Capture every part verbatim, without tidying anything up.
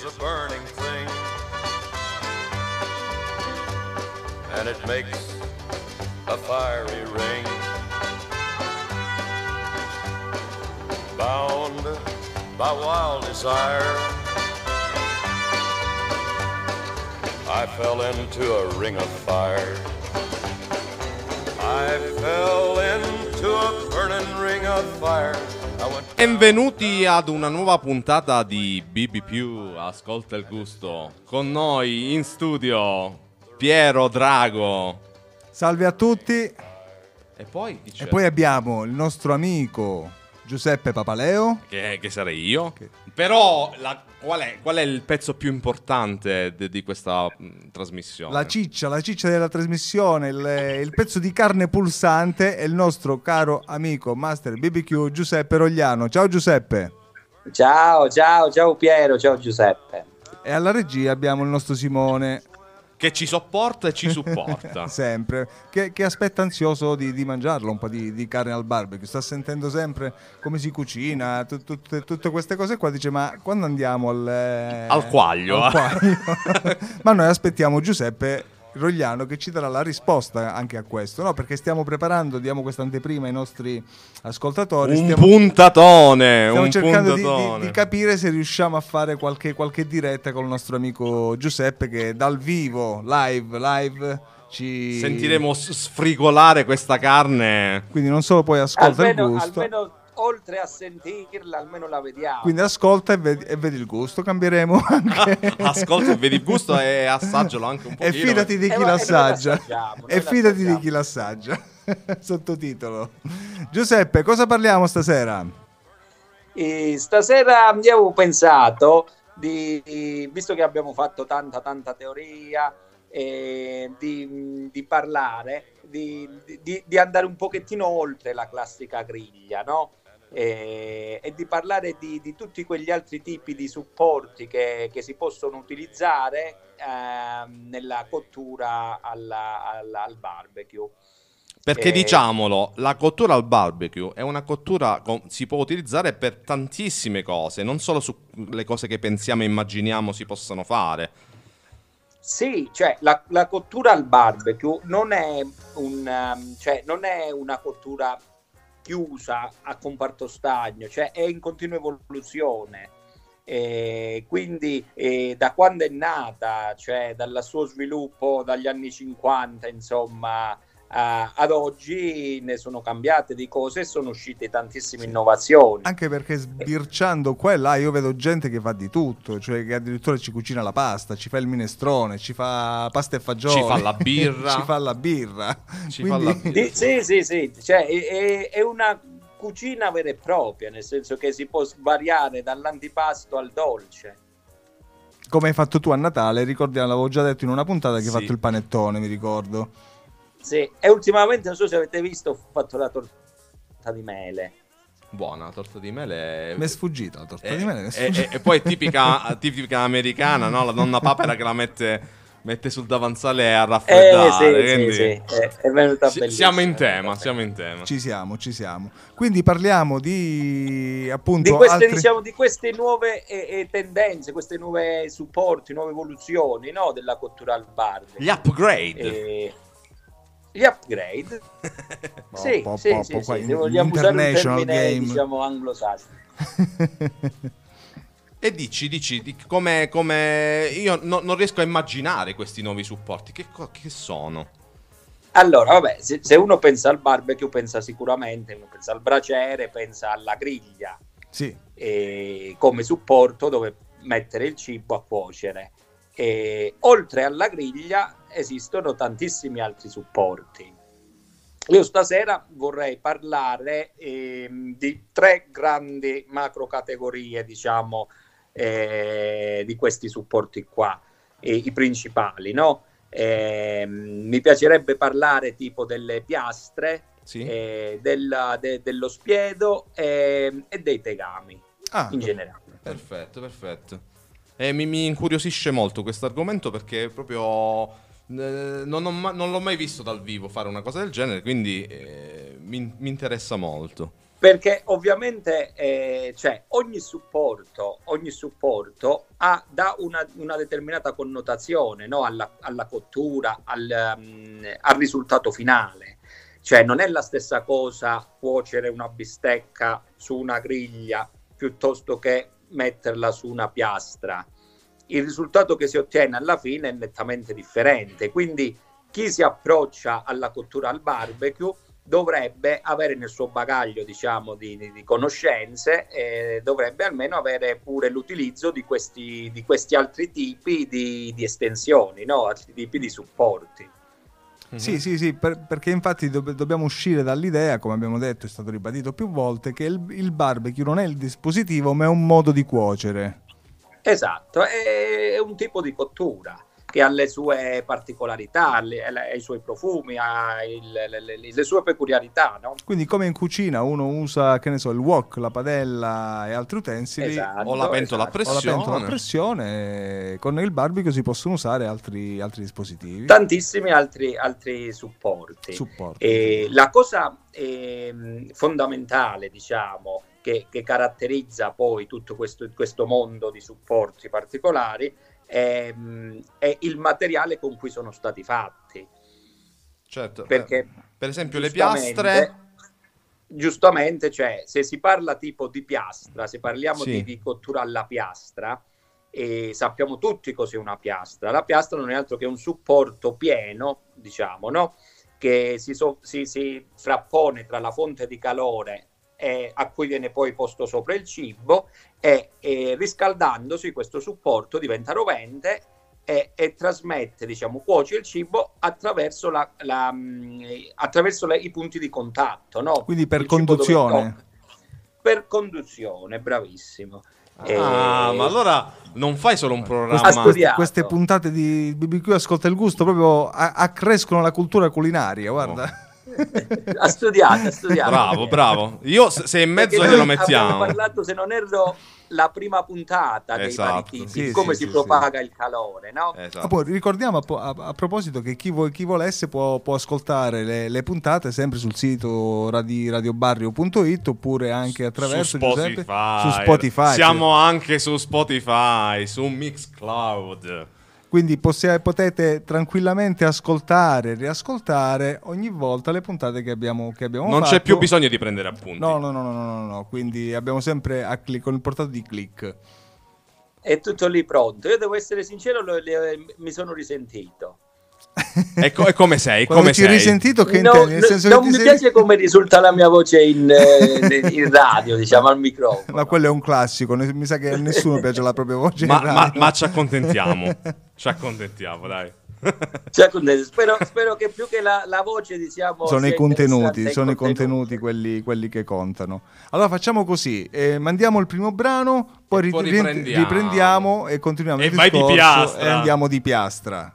is a burning thing, and it makes a fiery ring. Bound by wild desire, I fell into a ring of fire. I fell into a burning ring of fire. Benvenuti ad una nuova puntata di B B più, ascolta il gusto. Con noi in studio Piero Drago. Salve a tutti. E poi chi c'è? E poi abbiamo il nostro amico Giuseppe Papaleo. Che, che sarei io. Che... Però la, qual, è, qual è il pezzo più importante de, di questa mh, trasmissione? La ciccia, la ciccia della trasmissione, il, il pezzo di carne pulsante è il nostro caro amico Master B B Q Giuseppe Rogliano. Ciao Giuseppe. Ciao, ciao, ciao Piero, ciao Giuseppe. E alla regia abbiamo il nostro Simone, che ci sopporta e ci supporta sempre, che, che aspetta ansioso di, di mangiarlo un po' di, di carne al barbecue. Sta sentendo sempre come si cucina, tut, tut, tutte queste cose qua. Dice: ma quando andiamo al, eh, al quaglio, al quaglio? Ma noi aspettiamo Giuseppe Rogliano che ci darà la risposta anche a questo, no? Perché stiamo preparando, diamo questa anteprima ai nostri ascoltatori. Un stiamo, puntatone stiamo un cercando puntatone. Di, di, di capire se riusciamo a fare qualche, qualche diretta con il nostro amico Giuseppe, che dal vivo, live, live ci sentiremo sfrigolare questa carne. Quindi non solo poi ascolta almeno, il gusto, almeno oltre a sentirla, almeno la vediamo. quindi ascolta e vedi, e vedi il gusto. Cambieremo anche. Ascolta e vedi il gusto e assaggialo anche un pochino. E fidati di chi Eh, l'assaggia. e, E fidati di chi l'assaggia. Sottotitolo. Giuseppe, cosa parliamo stasera? E stasera abbiamo pensato di, di, visto che abbiamo fatto tanta tanta teoria, eh, di, di parlare di, di, di andare un pochettino oltre la classica griglia, no? E, e di parlare di, di tutti quegli altri tipi di supporti che, che si possono utilizzare eh, nella cottura alla, alla, al barbecue. Perché Eh, diciamolo, la cottura al barbecue è una cottura che si può utilizzare per tantissime cose, non solo sulle cose che pensiamo e immaginiamo si possano fare. Sì, cioè la, la cottura al barbecue non è, un, um, cioè, non è una cottura chiusa a comparto stagno, cioè è in continua evoluzione. E quindi eh, da quando è nata, cioè dal suo sviluppo dagli anni cinquanta, insomma, Uh, ad oggi ne sono cambiate di cose e sono uscite tantissime innovazioni. Anche perché sbirciando qua e là io vedo gente che fa di tutto, cioè che addirittura ci cucina la pasta, ci fa il minestrone, ci fa pasta e fagioli, ci fa la birra, ci fa la birra. Ci Quindi... fa la birra. Sì, sì, sì, cioè è, è una cucina vera e propria, nel senso che si può svariare dall'antipasto al dolce. Come hai fatto tu a Natale, ricordiamo, l'avevo già detto in una puntata che Sì. hai fatto il panettone, mi ricordo. Sì, e ultimamente non so se avete visto, ho fatto la torta di mele. Buona, la torta di mele. Mi è sfuggita la torta e, di mele. mi è e, sfuggita. e, e poi è tipica, tipica americana, no? La nonna papera che la mette, mette sul davanzale a Eh raffreddare. sì, quindi... sì, sì, è, è venuta Si- bellissima. siamo in tema, siamo in tema. Ci siamo, ci siamo. Quindi parliamo di appunto Di queste, altre... diciamo, di queste nuove eh, eh, tendenze, queste nuove supporti, nuove evoluzioni, no, della cottura al barbecue. Gli upgrade. Eh, Gli upgrade, sì, po- sì, po- sì, po- sì, qua se in- vogliamo usare un international termine, game. diciamo, anglosassone. E dici, dici, di- come, come... Io no- non riesco a immaginare questi nuovi supporti. Che, co- che sono? Allora, vabbè, se, se uno pensa al barbecue, pensa sicuramente, uno pensa al braciere, pensa alla griglia, Sì, eh, come supporto dove mettere il cibo a cuocere. E, oltre alla griglia esistono tantissimi altri supporti. Io stasera vorrei parlare ehm, di tre grandi macro categorie, diciamo, eh, di questi supporti qua, eh, i principali, no? Eh, mi piacerebbe parlare tipo delle piastre, Sì? eh, della- de- dello spiedo eh, e dei tegami ah, in generale. Perfetto, perfetto. E mi, mi incuriosisce molto questo argomento perché proprio eh, non, ho ma- non l'ho mai visto dal vivo fare una cosa del genere, quindi eh, mi, mi interessa molto. Perché ovviamente eh, cioè, ogni supporto, ogni supporto ha, dà una, una determinata connotazione, no? alla, alla cottura, al, um, al risultato finale. Cioè non è la stessa cosa cuocere una bistecca su una griglia piuttosto che metterla su una piastra. Il risultato che si ottiene alla fine è nettamente differente. Quindi chi si approccia alla cottura al barbecue dovrebbe avere nel suo bagaglio, diciamo, di, di, di conoscenze, e dovrebbe almeno avere pure l'utilizzo di questi, di questi altri tipi di, di estensioni, no? Altri tipi di supporti. Mm-hmm. Sì, sì, sì, per, perché infatti do, dobbiamo uscire dall'idea, come abbiamo detto, è stato ribadito più volte, che il, il barbecue non è il dispositivo, ma è un modo di cuocere. Esatto, è, è un tipo di cottura che ha le sue particolarità, le, le, i suoi profumi, ha il, le, le, le sue peculiarità, no? Quindi come in cucina uno usa, che ne so, il wok, la padella e altri utensili, esatto, o la pentola esatto. a pressione, o la pentola a pressione, con il barbecue si possono usare altri, altri dispositivi. Tantissimi altri, altri supporti. supporti. E la cosa eh, fondamentale, diciamo, che, che caratterizza poi tutto questo, questo mondo di supporti particolari È, è il materiale con cui sono stati fatti. Certo, perché eh, per esempio le piastre, giustamente, cioè se si parla tipo di piastra, se parliamo sì. di, di cottura alla piastra, e sappiamo tutti cos'è una piastra. La piastra non è altro che un supporto pieno, diciamo, no? Che si, so, si, si frappone tra la fonte di calore Eh, a cui viene poi posto sopra il cibo e, e riscaldandosi questo supporto diventa rovente e, e trasmette, diciamo, cuoce il cibo attraverso, la, la, mh, attraverso le, i punti di contatto, no? Quindi per il conduzione. Per conduzione, bravissimo. Ah, e... ma allora non fai solo un programma. Ha studiato. Queste puntate di B B Q Ascolta il Gusto proprio a- accrescono la cultura culinaria, guarda. Oh. ha studiato, ha studiato. Bravo, bravo. Io se se in mezzo Perché glielo noi mettiamo. abbiamo parlato, se non erro, la prima puntata dei Esatto. vari tipi, Sì, di come sì, si sì, propaga sì. il calore, no? Esatto. Ah, poi ricordiamo a, po- a- a proposito che chi, vo- chi volesse può, può ascoltare le, le puntate sempre sul sito radi- radiobarrio punto it oppure anche attraverso su Spotify. Giuseppe, su Spotify. Siamo anche su Spotify, su Mixcloud. Quindi possia- potete tranquillamente ascoltare e riascoltare ogni volta le puntate che abbiamo, che abbiamo Non fatto. c'è più bisogno di prendere appunti. No, no, no, no, no, no, no. Quindi abbiamo sempre a clic, con il portato di click. È tutto lì pronto. Io devo essere sincero, lo, le, mi sono risentito. E, co- e come sei? Quando Come ci sei? risentito che No, intendi? Nel senso non che mi ti piace sei... come risulta la mia voce in, eh, in radio, diciamo, al microfono. Ma quello è un classico, ne- mi sa che a nessuno piace la propria voce in Ma, radio. ma, ma ci accontentiamo. Ci accontentiamo, dai. Cioè, spero, spero che più che la, la voce, diciamo, sono sia i contenuti, interessante sono il i contenuti quelli, quelli che contano. Allora facciamo così, eh, mandiamo il primo brano, poi, E poi ri- riprendiamo. riprendiamo e continuiamo E il vai di discorso piastra. e andiamo di piastra.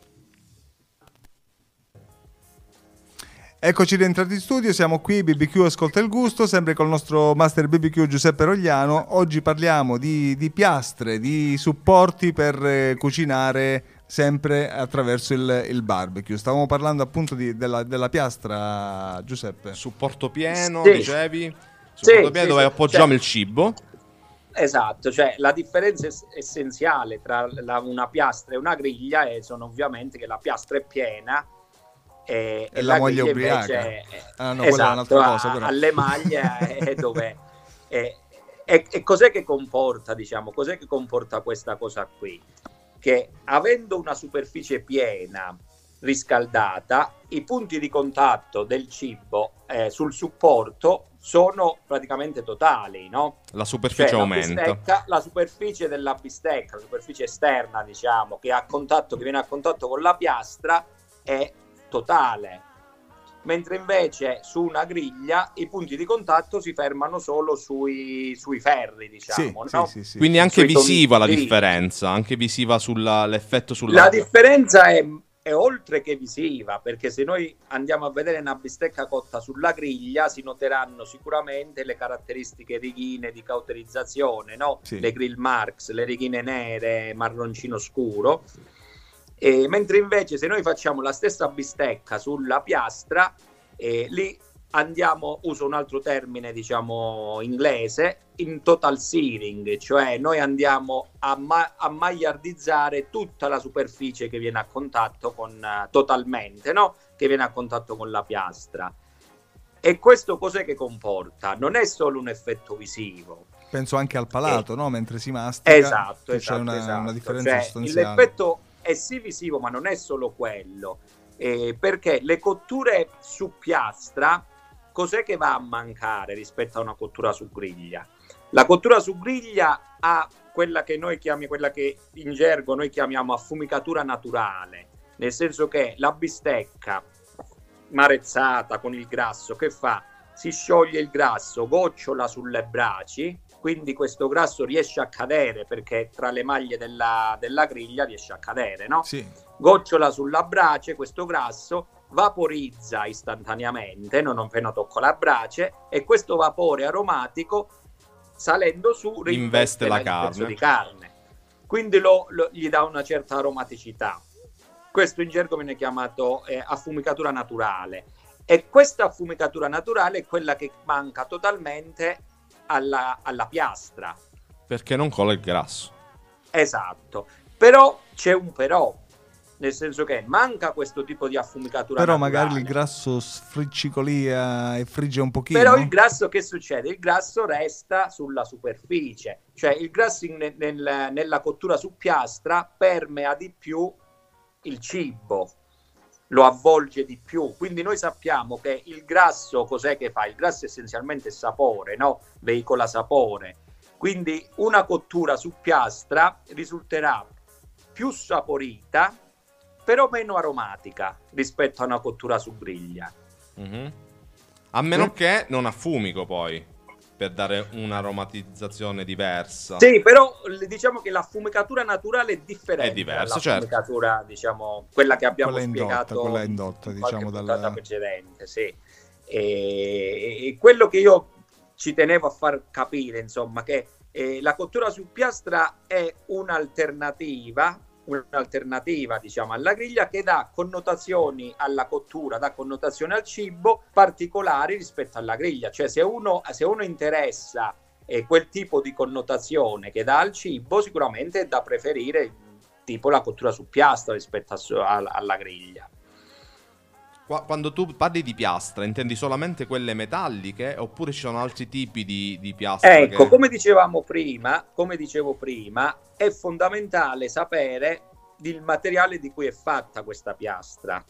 Eccoci rientrati in studio, siamo qui, B B Q Ascolta il Gusto, sempre col nostro master B B Q Giuseppe Rogliano. Oggi parliamo di, di piastre, di supporti per eh, cucinare sempre attraverso il, il barbecue. Stavamo parlando appunto di, della, della piastra, Giuseppe. Supporto pieno, Sì. dicevi? Supporto Sì, pieno sì, dove sì. appoggiamo Cioè- il cibo. Esatto, cioè la differenza es- essenziale tra la- una piastra e una griglia è, sono ovviamente che la piastra è piena e, E la moglie griglia ubriaca. invece è- Ah, no, quella è esatto, un'altra cosa, ha- però. alle maglie è dove e, e- e cos'è che comporta, diciamo, cos'è che comporta questa cosa qui? Che avendo una superficie piena riscaldata, i punti di contatto del cibo eh, sul supporto sono praticamente totali, no? La superficie Cioè, la aumenta. bistecca- la superficie della bistecca, la superficie esterna, diciamo, che, ha contatto, che viene a contatto con la piastra è totale, mentre invece su una griglia i punti di contatto si fermano solo sui, sui ferri, diciamo, Sì, no? sì, sì, sì. Quindi anche Sui visiva la tondini. differenza, anche visiva sull'effetto sulla... La differenza è, è oltre che visiva, perché se noi andiamo a vedere una bistecca cotta sulla griglia si noteranno sicuramente le caratteristiche righine di cauterizzazione, no? Sì. Le grill marks, le righine nere, marroncino scuro. E mentre invece se noi facciamo la stessa bistecca sulla piastra, eh, lì andiamo, uso un altro termine diciamo inglese, in total searing, cioè noi andiamo a, ma- a magliardizzare tutta la superficie che viene a contatto con, uh, totalmente, no? Che viene a contatto con la piastra. E questo cos'è che comporta? Non è solo un effetto visivo. Penso anche al palato, eh, no? Mentre si mastica. Esatto, c'è esatto, una, esatto. una differenza cioè, sostanziale. L'effetto è sì visivo, ma non è solo quello. Eh, perché le cotture su piastra, cos'è che va a mancare rispetto a una cottura su griglia? La cottura su griglia ha quella che noi chiamiamo, quella che in gergo noi chiamiamo affumicatura naturale, nel senso che la bistecca marezzata con il grasso che fa? Si scioglie il grasso, gocciola sulle braci, quindi questo grasso riesce a cadere perché tra le maglie della, della griglia riesce a cadere, no? Sì. Gocciola sulla brace questo grasso, vaporizza istantaneamente, non appena tocco la brace, e questo vapore aromatico salendo su investe la il carne. pezzo di carne, quindi lo, lo, gli dà una certa aromaticità. Questo in gergo viene chiamato eh, affumicatura naturale, e questa affumicatura naturale è quella che manca totalmente alla, alla piastra, perché non cola il grasso. Esatto, però c'è un però, nel senso che manca questo tipo di affumicatura però naturale. Magari il grasso sfriccicolia e frigge un pochino. Però il grasso, che succede? Il grasso resta sulla superficie, cioè il grasso in, nel, nella cottura su piastra permea di più il cibo, lo avvolge di più, quindi noi sappiamo che il grasso cos'è che fa? Il grasso essenzialmente è sapore, no? Veicola sapore, quindi una cottura su piastra risulterà più saporita però meno aromatica rispetto a una cottura su griglia. Mm-hmm. A meno Mm. che non affumico poi, per dare un'aromatizzazione diversa. Sì, però diciamo che l'affumicatura naturale è differente. È diverso, dall'affumicatura, certo. diciamo, quella che abbiamo Quella indotta, spiegato quella indotta, in qualche diciamo, puntata dalla... precedente, sì. E, e quello che io ci tenevo a far capire, insomma, che eh, la cottura su piastra è un'alternativa, un'alternativa, diciamo, alla griglia, che dà connotazioni alla cottura, dà connotazioni al cibo particolari rispetto alla griglia. Cioè, se uno, se uno interessa eh, quel tipo di connotazione che dà al cibo, sicuramente è da preferire tipo la cottura su piastra rispetto a, a, alla griglia. Quando tu parli di piastra, intendi solamente quelle metalliche oppure ci sono altri tipi di, di piastra? Ecco, che... come dicevamo prima, come dicevo prima, è fondamentale sapere il materiale di cui è fatta questa piastra,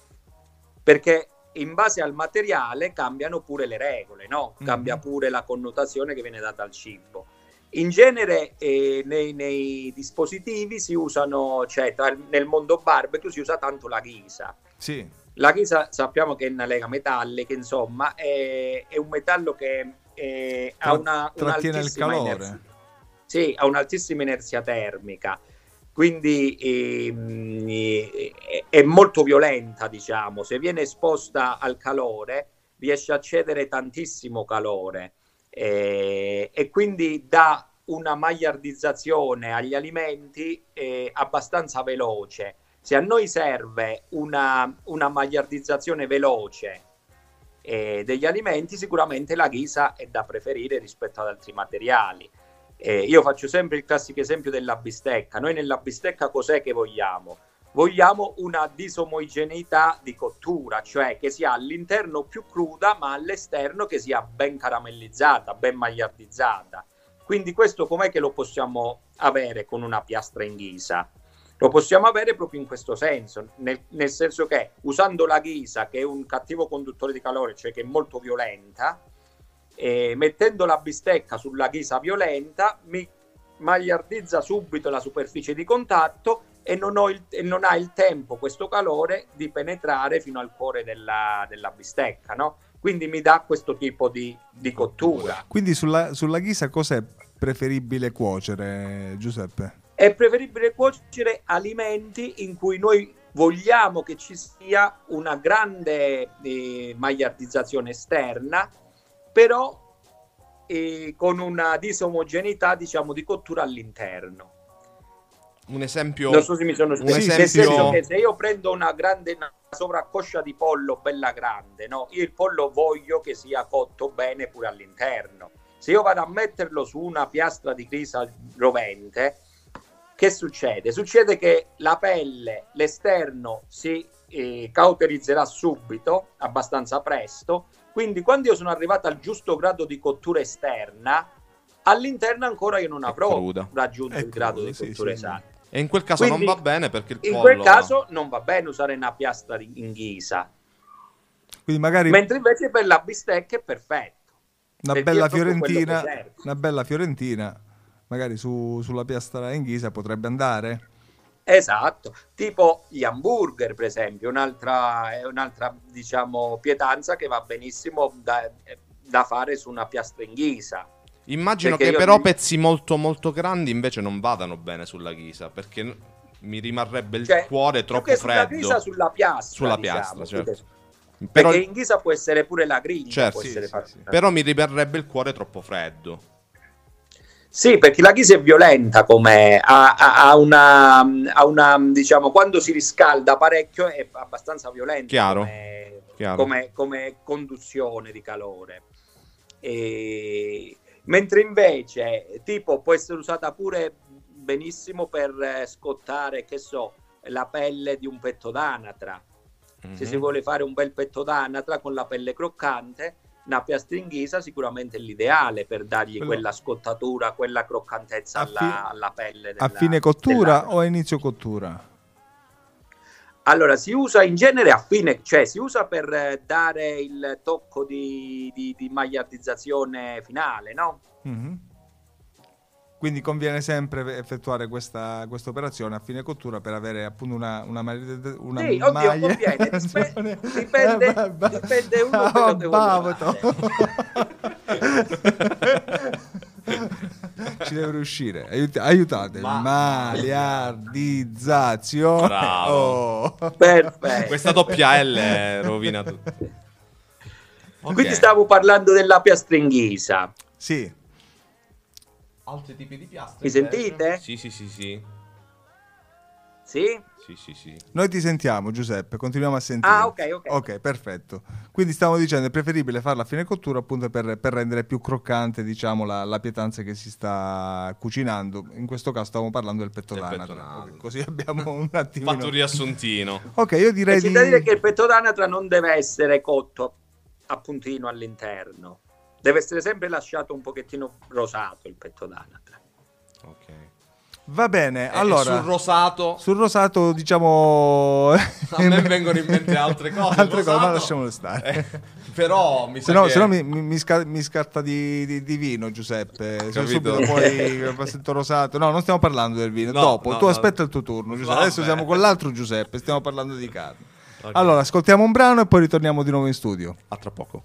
perché in base al materiale cambiano pure le regole, no? Cambia pure la connotazione che viene data al cibo. In genere eh, nei, nei dispositivi si usano, cioè tra, nel mondo barbecue si usa tanto la ghisa. Sì. La ghisa sappiamo che è una lega metallica, insomma, è, è un metallo che è, ha una trattiene il calore. Inerzia. Sì, ha un'altissima inerzia termica, quindi ehm, è, è molto violenta, diciamo. Se viene esposta al calore riesce a cedere tantissimo calore eh, e quindi dà una magliardizzazione agli alimenti eh, abbastanza veloce. Se a noi serve una, una magliardizzazione veloce eh, degli alimenti, sicuramente la ghisa è da preferire rispetto ad altri materiali. Eh, io faccio sempre il classico esempio della bistecca. Noi nella bistecca cos'è che vogliamo? Vogliamo una disomogeneità di cottura, cioè che sia all'interno più cruda, ma all'esterno che sia ben caramellizzata, ben magliardizzata. Quindi questo com'è che lo possiamo avere con una piastra in ghisa? Lo possiamo avere proprio in questo senso, nel, nel senso che usando la ghisa, che è un cattivo conduttore di calore, cioè che è molto violenta, e mettendo la bistecca sulla ghisa violenta mi magliardizza subito la superficie di contatto e non, ho il, e non ha il tempo, questo calore, di penetrare fino al cuore della, della bistecca, no? Quindi mi dà questo tipo di, di cottura. Quindi sulla, sulla ghisa cos'è preferibile cuocere, Giuseppe? È preferibile cuocere alimenti in cui noi vogliamo che ci sia una grande eh, magliardizzazione esterna, però eh, con una disomogeneità, diciamo, di cottura all'interno. un esempio, non so se mi sono un spiegato, esempio... nel senso che se io prendo una grande una sovraccoscia di pollo bella grande, no? Io il pollo voglio che sia cotto bene pure all'interno. Se io vado a metterlo su una piastra di grisa rovente, che succede? Succede che la pelle, l'esterno si eh, cauterizzerà subito, abbastanza presto, quindi quando io sono arrivato al giusto grado di cottura esterna, all'interno ancora io non avrò cruda. raggiunto È il grado cruda, di sì, cottura sì, sì. esatto. E in quel caso Quindi, non va bene perché il in pollo... quel caso non va bene usare una piastra di- in ghisa, Quindi magari mentre invece per la bistecca è perfetto. una perché bella è proprio quello fiorentina, che serve. una bella fiorentina, magari su- sulla piastra in ghisa potrebbe andare. Esatto, tipo gli hamburger per esempio, un'altra, è un'altra diciamo pietanza che va benissimo da, da fare su una piastra in ghisa. Immagino Perché che io- però pezzi molto molto grandi invece non vadano bene sulla ghisa, perché n- mi rimarrebbe il Cioè, cuore più troppo che sulla freddo. ghisa, sulla piastra, Sulla diciamo, piastra, certo. perché- Però, perché in ghisa può essere pure la griglia, certo, può sì, essere sì, fatta. sì. però mi rimarrebbe il cuore troppo freddo. Sì, perché la ghisa è violenta, come ha, ha- ha una, ha una, diciamo, quando si riscalda parecchio è abbastanza violenta Chiaro, come, chiaro. come- come conduzione di calore. E- mentre invece, tipo, può essere usata pure benissimo per eh, scottare, che so, la pelle di un petto d'anatra. Se Mhm. si vuole fare un bel petto d'anatra con la pelle croccante, una piastra in ghisa sicuramente è l'ideale per dargli Quello- quella scottatura, quella croccantezza A fi- alla, alla pelle. A della- fine cottura dell'anatra. o a inizio cottura? Allora, si usa in genere a fine, cioè si usa per eh, dare il tocco di, di, di magliardizzazione finale, no? Mhm. Quindi conviene sempre effettuare questa questa operazione a fine cottura per avere appunto una una, maglia- una Sì, oddio, maglia- conviene, dispe- dipende- Eh, va- va- dipende uno Ah, quello che vuole bavuto. Ci deve riuscire. Aiut- aiutate. Ma- Magliardizzazione. Bravo. Oh. Perfetto. Questa doppia L rovina tutto. Ok. Quindi stavo parlando della piastra in ghisa. Sì. Altri tipi di piastre? Mi invece? sentite? Sì, sì, sì, sì. Sì? Sì, sì, sì. Noi ti sentiamo, Giuseppe, continuiamo a sentire. Ah, ok, ok. Ok, perfetto. Quindi stavo dicendo, è preferibile farla a fine cottura appunto per, per rendere più croccante, diciamo, la, la pietanza che si sta cucinando. In questo caso stavamo parlando del petto Del d'anatra. petto d'anatra. Ok, così abbiamo un attimino... Fatto un riassuntino. Ok, io direi E c'è di... da dire che il petto d'anatra non deve essere cotto a puntino all'interno. Deve essere sempre lasciato un pochettino rosato il petto d'anatra. Ok. Va bene, E allora... sul rosato Sul rosato, diciamo... a me vengono in mente altre cose. Altre cose, ma Rosato, lasciamolo stare. eh, però mi sa Se no, che... se no mi, mi, mi sca- mi scatta di, di- di vino, Giuseppe. Se Capito? subito poi passetto rosato. No, non stiamo parlando del vino. No, Dopo, no, tu no. aspetta il tuo turno, Giuseppe. Vabbè. Adesso siamo con l'altro Giuseppe, stiamo parlando di carne. Ok. Allora, ascoltiamo un brano e poi ritorniamo di nuovo in studio. A tra poco.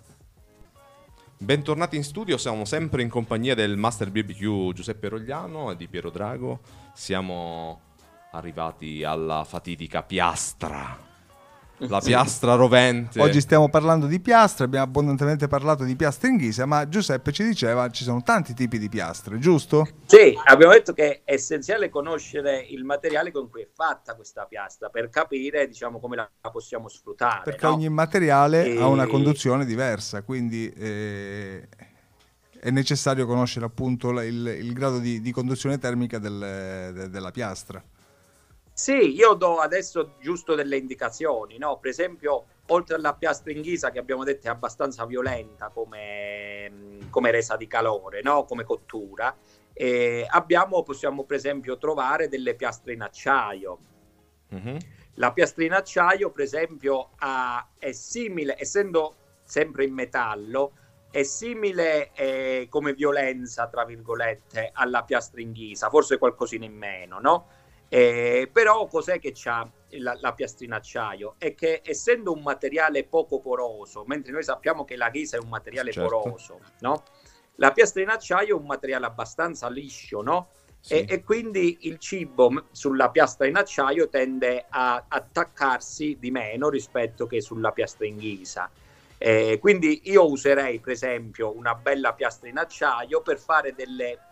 Bentornati in studio, siamo sempre in compagnia del Master B B Q Giuseppe Rogliano e di Piero Drago. Siamo arrivati alla fatidica piastra. La piastra rovente. Oggi stiamo parlando di piastre, abbiamo abbondantemente parlato di piastre in ghisa, ma Giuseppe ci diceva ci sono tanti tipi di piastre, giusto? Sì, abbiamo detto che è essenziale conoscere il materiale con cui è fatta questa piastra per capire, diciamo, come la la possiamo sfruttare. Perché no? ogni materiale E- ha una conduzione diversa, quindi eh, è necessario conoscere appunto la- il, il grado di, di conduzione termica del- de- della piastra. Sì, io do adesso giusto delle indicazioni, no? Per esempio, oltre alla piastra in ghisa che abbiamo detto è abbastanza violenta come, come resa di calore, no? Come cottura, eh, abbiamo, possiamo per esempio trovare delle piastre in acciaio. Mhm. La piastra in acciaio, per esempio, ha- è simile, essendo sempre in metallo, è simile eh, come violenza, tra virgolette, alla piastra in ghisa, forse qualcosina in meno, no? Eh, però cos'è che c'ha la, la piastra in acciaio? È che essendo un materiale poco poroso, mentre noi sappiamo che la ghisa è un materiale Certo. poroso, no? La piastra in acciaio è un materiale abbastanza liscio, no? Sì. E, e quindi il cibo m- sulla piastra in acciaio tende a attaccarsi di meno rispetto che sulla piastra in ghisa. Eh, quindi io userei per esempio una bella piastra in acciaio per fare delle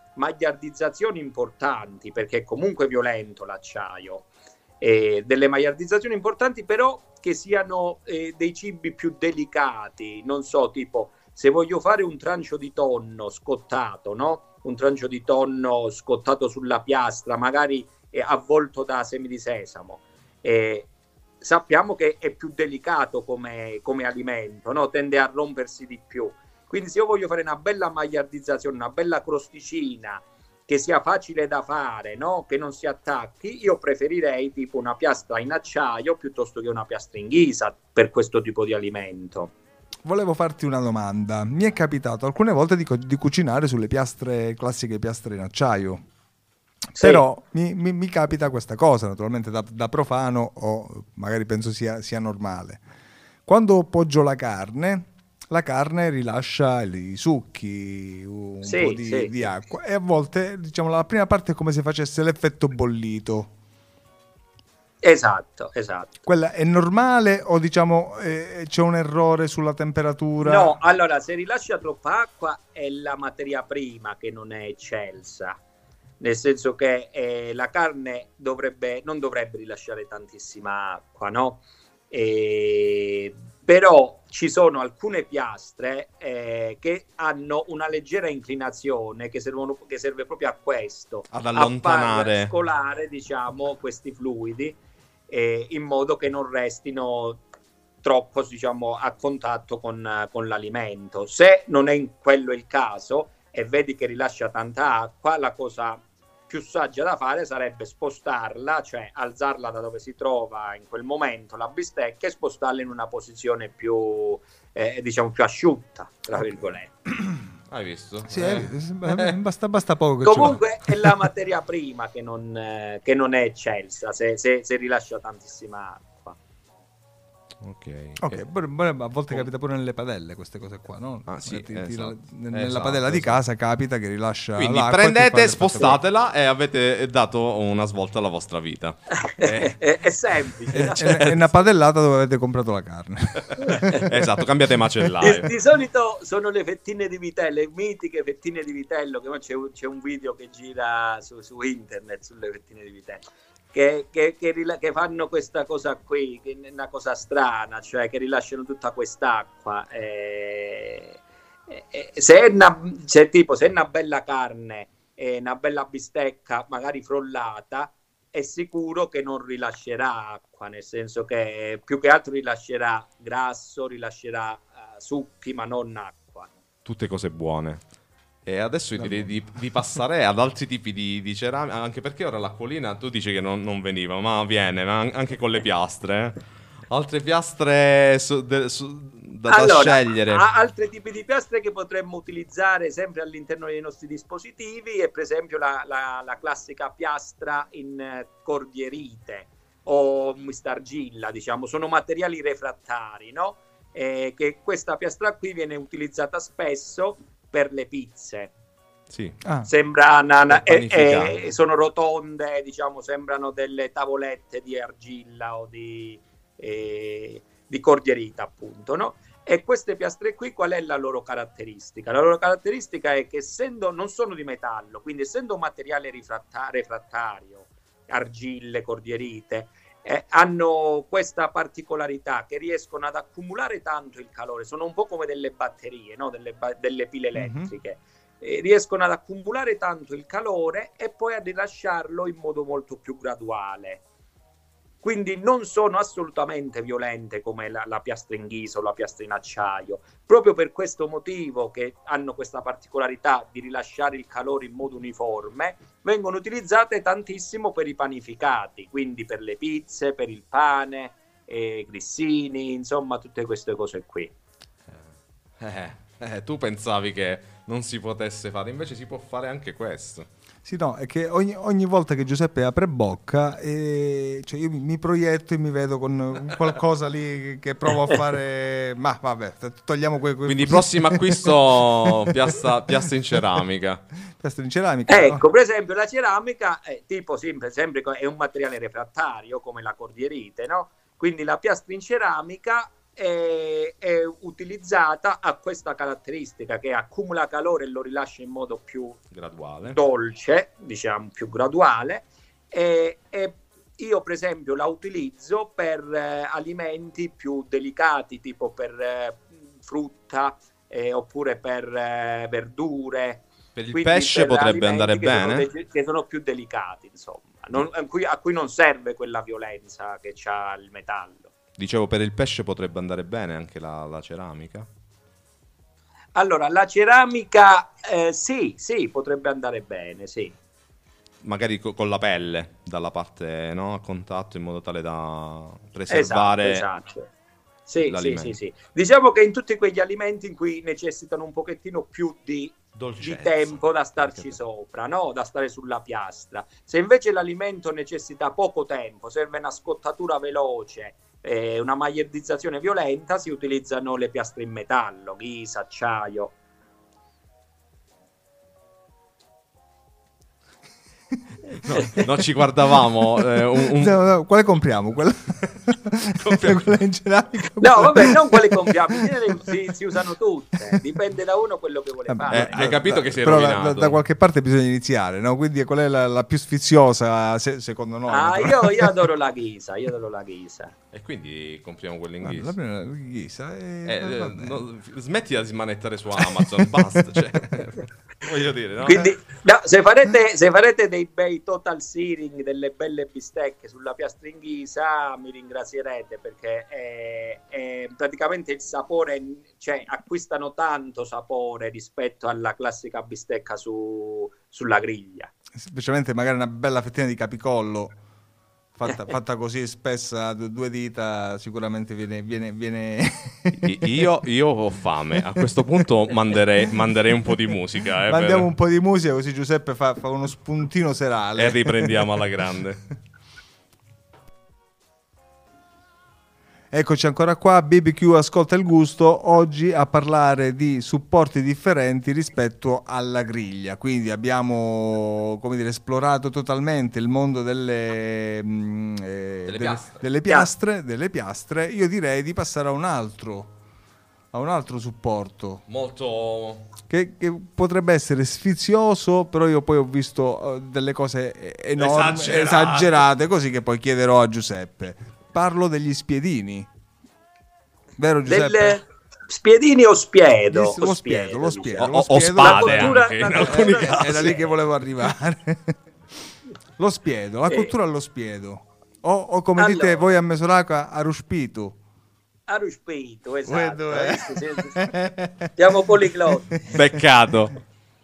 magliardizzazioni importanti, perché è comunque violento l'acciaio, eh, delle magliardizzazioni importanti, però che siano eh, dei cibi più delicati, non so, tipo se voglio fare un trancio di tonno scottato, no? Un trancio di tonno scottato sulla piastra, magari eh, avvolto da semi di sesamo, eh, sappiamo che è più delicato come, come alimento, no? Tende a rompersi di più. Quindi se io voglio fare una bella magliardizzazione, una bella crosticina, che sia facile da fare, no? Che non si attacchi, io preferirei tipo una piastra in acciaio piuttosto che una piastra in ghisa per questo tipo di alimento. Volevo farti una domanda. Mi è capitato alcune volte di, co- di cucinare sulle piastre, classiche piastre in acciaio. Sì. Però mi, mi- mi capita questa cosa, naturalmente da, da profano, o magari penso sia, sia normale. Quando poggio la carne, la carne rilascia i succhi, un Sì, po' di, sì, di sì. acqua, e a volte, diciamo, la prima parte è come se facesse l'effetto bollito. Esatto, esatto. Quella è normale o diciamo eh, c'è un errore sulla temperatura? No, allora se rilascia troppa acqua è la materia prima che non è eccelsa, nel senso che eh, la carne dovrebbe, non dovrebbe rilasciare tantissima acqua, no? E, però ci sono alcune piastre eh, che hanno una leggera inclinazione che, servono, che serve proprio a questo, Ad a far allontanare. scolare, diciamo, questi fluidi eh, in modo che non restino troppo, diciamo, a contatto con, con l'alimento. Se non è in quello il caso e vedi che rilascia tanta acqua, la cosa più saggia da fare sarebbe spostarla, cioè alzarla da dove si trova in quel momento la bistecca e spostarla in una posizione più, eh, diciamo, più asciutta, tra virgolette. Hai visto? Sì, Eh. eh, basta, basta poco che ci Comunque è la materia prima che non, eh, che non è eccelsa, se, se, se rilascia tantissima acqua. Ok. Ok, Eh, pure- pure a volte capita pure nelle padelle queste cose qua, no? Ah, sì, Ti- ti- esatto. nella Esatto, padella di esatto. casa capita che rilascia Quindi l'acqua e ti fa prendete, l'effetto spostatela e avete dato una svolta alla vostra vita. Eh, è, è semplice. È, no? è- è una padellata dove avete comprato la carne. esatto, cambiate macellaio. Di, di solito sono le fettine di vitello, le mitiche fettine di vitello, che poi c'è, un- c'è un video che gira su, su internet sulle fettine di vitello, che, che, che, rila- che fanno questa cosa qui, che è una cosa strana, cioè che rilasciano tutta quest'acqua. E, e- e- se, è una, se, tipo, se è una bella carne e una bella bistecca, magari frollata, è sicuro che non rilascerà acqua, nel senso che più che altro rilascerà grasso, rilascerà eh, succhi, ma non acqua. Tutte cose buone. E adesso io direi di, di passare ad altri tipi di, di ceramica, anche perché ora l'acquolina tu dici che non, non veniva, ma viene, ma an- anche con le piastre. eh. Altre piastre su- de- su- da, da Allora, scegliere. a- altri tipi di piastre che potremmo utilizzare sempre all'interno dei nostri dispositivi è per esempio la, la- la classica piastra in eh, cordierite o mistargilla, diciamo, sono materiali refrattari, no? Eh, che questa piastra qui viene utilizzata spesso per le pizze. Sì. Ah, Sembra una, una- Per eh, panificare. eh, sono rotonde, diciamo, sembrano delle tavolette di argilla o di, eh, di cordierita, appunto, no? E queste piastre qui, qual è la loro caratteristica? La loro caratteristica è che essendo, non sono di metallo, quindi essendo un materiale rifratta- refrattario, argille, cordierite, eh, hanno questa particolarità che riescono ad accumulare tanto il calore, sono un po' come delle batterie, no? delle, ba- delle pile elettriche. Eh, riescono ad accumulare tanto il calore e poi a rilasciarlo in modo molto più graduale. Quindi non sono assolutamente violente come la, la piastra in ghisa o la piastra in acciaio, proprio per questo motivo che hanno questa particolarità di rilasciare il calore in modo uniforme, vengono utilizzate tantissimo per i panificati, quindi per le pizze, per il pane, eh, grissini, insomma tutte queste cose qui. Eh, eh, tu pensavi che non si potesse fare, invece si può fare anche questo. sì, no, è che ogni, ogni volta che Giuseppe apre bocca, eh, cioè io mi, mi proietto e mi vedo con qualcosa lì che provo a fare. Ma vabbè, togliamo que, que- Quindi prossimo acquisto piastra, piastra in ceramica. piastra in ceramica. Ecco, per esempio la ceramica è tipo sempre, sempre è un materiale refrattario come la cordierite, no? Quindi la piastra in ceramica è, è utilizzata, ha questa caratteristica che accumula calore e lo rilascia in modo più graduale, dolce, diciamo più graduale, e, e io per esempio la utilizzo per eh, alimenti più delicati, tipo per eh, frutta eh, oppure per eh, verdure. per il Quindi pesce per potrebbe andare alimenti che sono bene. deg- che sono più delicati, insomma, non, a, cui, a cui non serve quella violenza che c'ha il metallo. Dicevo, per il pesce potrebbe andare bene anche la, la ceramica. Allora, la ceramica eh, sì, sì, potrebbe andare bene, sì. Magari co- con la pelle dalla parte, no, a contatto, in modo tale da preservare Esatto, esatto. Sì, sì, l'alimento. sì, sì. Diciamo che in tutti quegli alimenti in cui necessitano un pochettino più di, di Dolcezza. tempo da starci Perché- sopra, no? Da stare sulla piastra. Se invece l'alimento necessita poco tempo, serve una scottatura veloce, eh, una magliardizzazione violenta, si utilizzano le piastre in metallo, ghisa, acciaio. No, non ci guardavamo. eh, un- un- No, no, quale compriamo? Quella, Compriamo- quella in ceramica? No, vabbè, non quelle compriamo, in genere si, si usano tutte, dipende da uno quello che vuole Vabbè, Eh, fare. hai capito che sei Però da, rovinato. da- da qualche parte bisogna iniziare, no? Quindi qual è la, la più sfiziosa, se- secondo noi? Ah, io, io adoro la ghisa, io adoro la ghisa. E quindi compriamo quelle in Guarda, ghisa. la prima ghisa, eh, Eh, eh, vabbè. no, smetti di smanettare su Amazon, basta. Cioè, voglio dire, no? Quindi, no, se, farete, se farete dei bei total searing, delle belle bistecche sulla piastra in ghisa, mi ringrazierete, perché è, è praticamente il sapore, cioè acquistano tanto sapore rispetto alla classica bistecca su, sulla griglia. Specialmente magari una bella fettina di capicollo fatta, fatta così spessa, du- due dita, sicuramente viene... viene, viene... I- Io, io ho fame. A questo punto manderei, manderei un po' di musica. Eh, Mandiamo per- un po' di musica così Giuseppe fa, fa uno spuntino serale. E riprendiamo alla grande. Eccoci ancora qua, B B Q Ascolta il Gusto, oggi a parlare di supporti differenti rispetto alla griglia. Quindi abbiamo, come dire, esplorato totalmente il mondo delle, mm, eh, delle, piastre. delle piastre, delle piastre. Io direi di passare a un altro, a un altro supporto Molto... che, che potrebbe essere sfizioso, però io poi ho visto eh, delle cose enormi, Esagerate. esagerate, così che poi chiederò a Giuseppe. Parlo degli spiedini, vero Giuseppe? Delle spiedini o spiedo? Gli- lo O spiedo, lo spiedo, O- lo o spiedo. spade La cultura- anche, in la alcuni cultura- casi. Era lì che volevo arrivare. Lo spiedo, la Eh. cultura allo spiedo. O, o come dite Allora. voi a Mesoraca, a ruspito. A ruspito, Uè, esatto. dov'è? Adesso si- Siamo poliglotti. Beccato.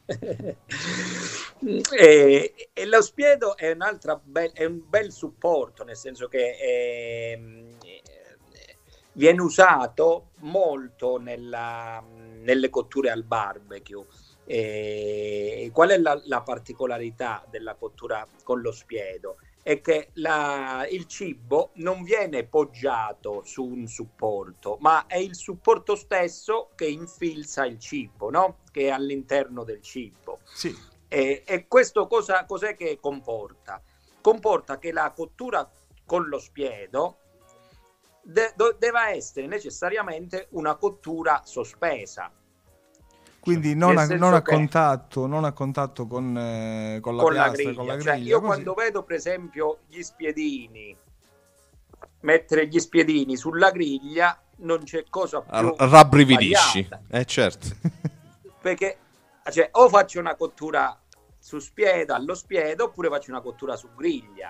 E, e lo spiedo è, un'altra bel, è un bel supporto, nel senso che ehm, viene usato molto nella, nelle cotture al barbecue. E qual è la, la particolarità della cottura con lo spiedo? È che la, il cibo non viene poggiato su un supporto, ma è il supporto stesso che infilza il cibo, no? Che è all'interno del cibo. Sì. E, e questo cosa, cos'è che comporta? Comporta che la cottura con lo spiedo de, do, deve essere necessariamente una cottura sospesa. Quindi non Nel a, senso non a che- contatto, non a contatto con, eh, con la con la piastra, griglia. con la Cioè, griglia. io così. quando vedo per esempio gli spiedini, mettere gli spiedini sulla griglia, non c'è cosa più R- rabbrividisci. sbagliata. Eh certo. Perché cioè, o faccio una cottura su spiedo, allo spiedo, oppure faccio una cottura su griglia.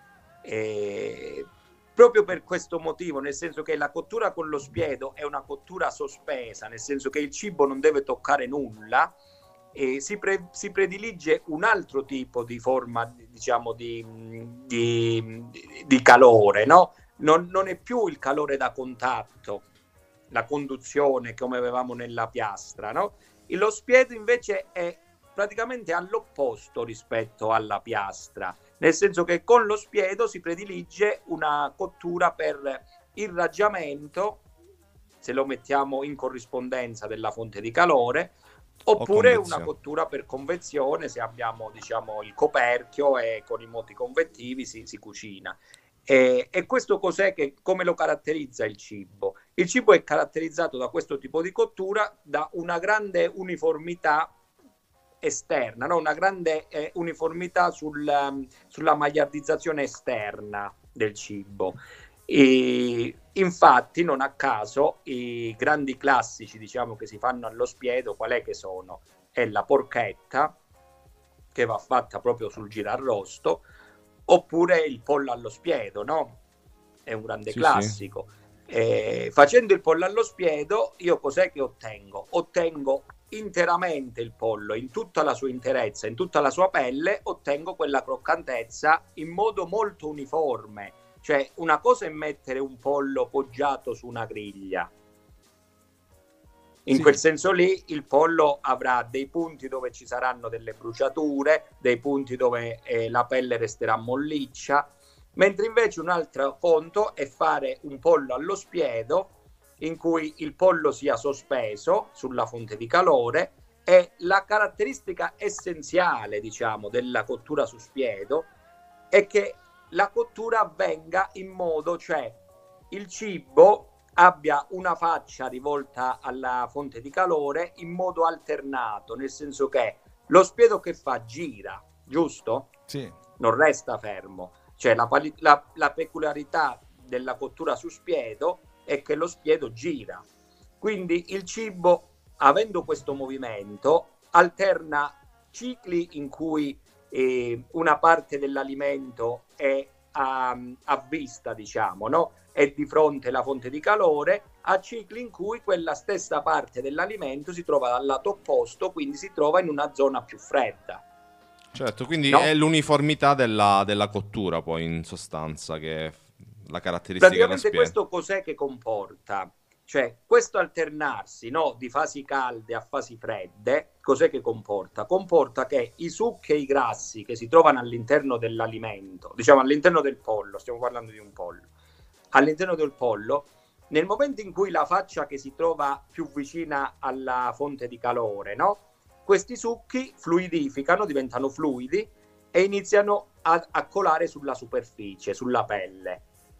E proprio per questo motivo, nel senso che la cottura con lo spiedo è una cottura sospesa, nel senso che il cibo non deve toccare nulla, e si, pre- si predilige un altro tipo di forma, diciamo, di, di, di calore, no? Non, non è più il calore da contatto, la conduzione come avevamo nella piastra, no? E lo spiedo invece è praticamente all'opposto rispetto alla piastra, nel senso che con lo spiedo si predilige una cottura per irraggiamento, se lo mettiamo in corrispondenza della fonte di calore, oppure convezione. una cottura per convezione, se abbiamo, diciamo, il coperchio e con i moti convettivi si, si cucina. E, e questo cos'è che, come lo caratterizza il cibo? Il cibo è caratterizzato da questo tipo di cottura, da una grande uniformità esterna, no? Una grande eh, uniformità sul, um, sulla magliardizzazione esterna del cibo. E infatti, non a caso, i grandi classici, diciamo, che si fanno allo spiedo, qual è che sono? È la porchetta, che va fatta proprio sul girarrosto, oppure il pollo allo spiedo, no? È un grande Sì, classico. Eh, facendo il pollo allo spiedo, io cos'è che ottengo? Ottengo interamente il pollo, in tutta la sua interezza, in tutta la sua pelle, ottengo quella croccantezza in modo molto uniforme. Cioè, una cosa è mettere un pollo poggiato su una griglia. In Sì. quel senso lì il pollo avrà dei punti dove ci saranno delle bruciature, dei punti dove eh, la pelle resterà molliccia, mentre invece un altro conto è fare un pollo allo spiedo in cui il pollo sia sospeso sulla fonte di calore, e la caratteristica essenziale, diciamo, della cottura su spiedo è che la cottura avvenga in modo, cioè il cibo abbia una faccia rivolta alla fonte di calore in modo alternato, nel senso che lo spiedo che fa? Gira, giusto? Sì. Non resta fermo. Cioè la, la, la peculiarità della cottura su spiedo è che lo spiedo gira. Quindi il cibo, avendo questo movimento, alterna cicli in cui eh, una parte dell'alimento è a, a vista, diciamo, no? È di fronte alla fonte di calore, a cicli in cui quella stessa parte dell'alimento si trova dal lato opposto, quindi si trova in una zona più fredda. Certo, quindi No? è l'uniformità della, della cottura poi in sostanza che è la caratteristica dello Praticamente spiedo. questo cos'è che comporta? Cioè, questo alternarsi, no, di fasi calde a fasi fredde, cos'è che comporta? Comporta che i succhi e i grassi che si trovano all'interno dell'alimento, diciamo all'interno del pollo, stiamo parlando di un pollo, all'interno del pollo, nel momento in cui la faccia che si trova più vicina alla fonte di calore, no? Questi succhi fluidificano, diventano fluidi e iniziano a, a colare sulla superficie, sulla pelle.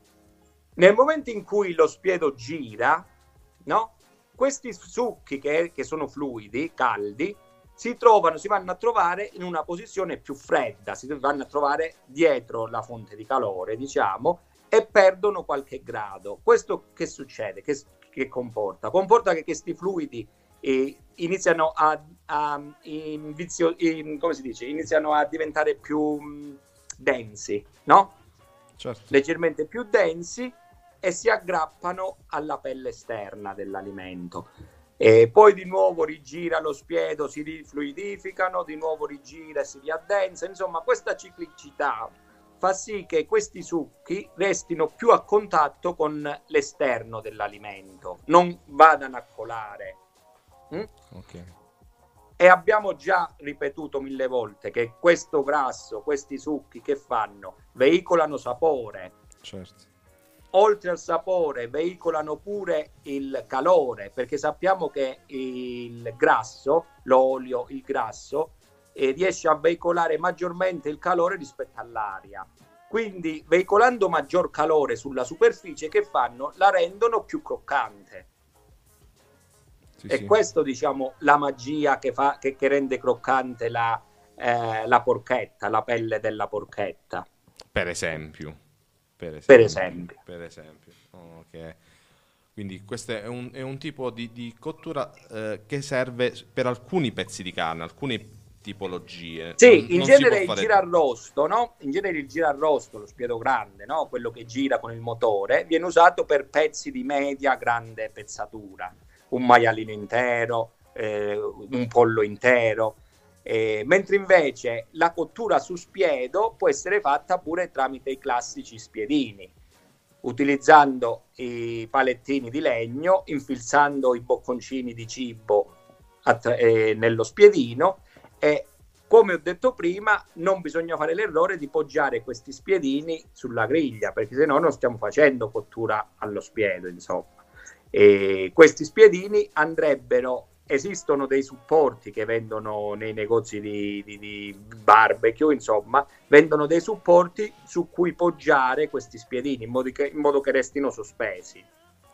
Nel momento in cui lo spiedo gira, no? Questi succhi che, che sono fluidi, caldi, si trovano, si vanno a trovare in una posizione più fredda, si vanno a trovare dietro la fonte di calore, diciamo, e perdono qualche grado. Questo che succede? Che, che comporta? Comporta che questi fluidi eh, iniziano a, a invizio, in, come si dice? Iniziano a diventare più mh, densi, no? Certo. Leggermente più densi, e si aggrappano alla pelle esterna dell'alimento. E poi di nuovo rigira lo spiedo, si rifluidificano, di nuovo rigira e si riaddensa. Insomma, questa ciclicità fa sì che questi succhi restino più a contatto con l'esterno dell'alimento, non vadano a colare. Mm? Ok. E abbiamo già ripetuto mille volte che questo grasso, questi succhi che fanno? Veicolano sapore. Certo. Oltre al sapore veicolano pure il calore, perché sappiamo che il grasso, l'olio, il grasso, eh, riesce a veicolare maggiormente il calore rispetto all'aria. Quindi veicolando maggior calore sulla superficie, che fanno? La rendono più croccante. Sì, E sì. questo, diciamo, la magia che, fa, che, che rende croccante la, eh, la porchetta, la pelle della porchetta. Per esempio. Per esempio. Per esempio. Per esempio. Ok. Quindi questo è un, è un tipo di, di cottura eh, che serve per alcuni pezzi di carne, alcune tipologie. Sì, Non- in non si genere può il fare- girarrosto, no? In genere il girarrosto, lo spiedo grande, no? Quello che gira con il motore, viene usato per pezzi di media grande pezzatura, un maialino intero, eh, un pollo intero. Eh, mentre invece la cottura su spiedo può essere fatta pure tramite i classici spiedini, utilizzando i palettini di legno, infilzando i bocconcini di cibo attra- eh, nello spiedino, e come ho detto prima non bisogna fare l'errore di poggiare questi spiedini sulla griglia, perché se no non stiamo facendo cottura allo spiedo, insomma. E questi spiedini andrebbero, esistono dei supporti che vendono nei negozi di, di, di barbecue, insomma, vendono dei supporti su cui poggiare questi spiedini in modo che, in modo che restino sospesi.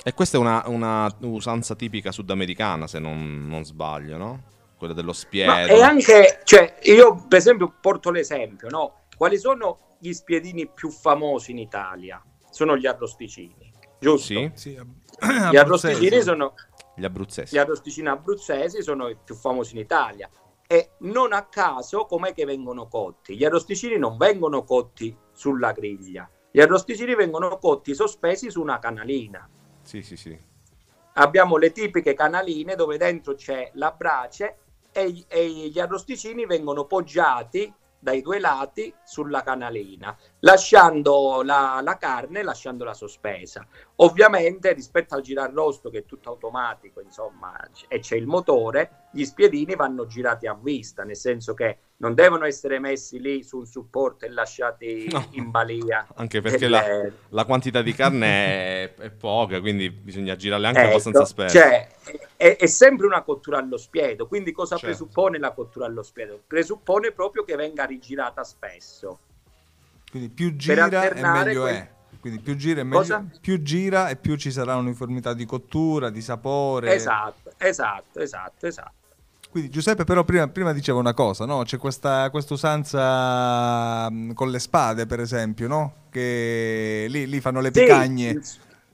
E questa è una, una usanza tipica sudamericana, se non, non sbaglio, no? Quella dello spiedo. Ma è anche, cioè, io per esempio porto l'esempio, no? Quali sono gli spiedini più famosi in Italia? Sono gli arrosticini, giusto? Sì, Sì, Gli arrosticini sono gli abruzzesi. gli arrosticini abruzzesi sono i più famosi in Italia. E non a caso com'è che vengono cotti? Gli arrosticini non vengono cotti sulla griglia, gli arrosticini vengono cotti sospesi su una canalina. Sì, sì, sì. Abbiamo le tipiche canaline dove dentro c'è la brace e, e gli arrosticini vengono poggiati dai due lati sulla canalina, lasciando la, la carne, lasciandola sospesa. Ovviamente rispetto al girarrosto, che è tutto automatico, insomma, e c'è il motore, gli spiedini vanno girati a vista, nel senso che non devono essere messi lì su un supporto e lasciati No. in balia. Anche perché delle- la, la quantità di carne è, è poca, quindi bisogna girarle anche Ecco, abbastanza spesso. cioè, è, è sempre una cottura allo spiedo. Quindi cosa Certo. presuppone la cottura allo spiedo? Presuppone proprio che venga rigirata spesso. Quindi più gira e alternare meglio quel- è. Quindi più gira, e meglio... Cosa? più gira e più ci sarà un'uniformità di cottura, di sapore. Esatto, esatto, esatto, esatto. Quindi Giuseppe però prima, prima diceva una cosa, no? C'è questa, questa usanza mh, con le spade, per esempio, no? Che lì, lì fanno le Sì, picagne. il-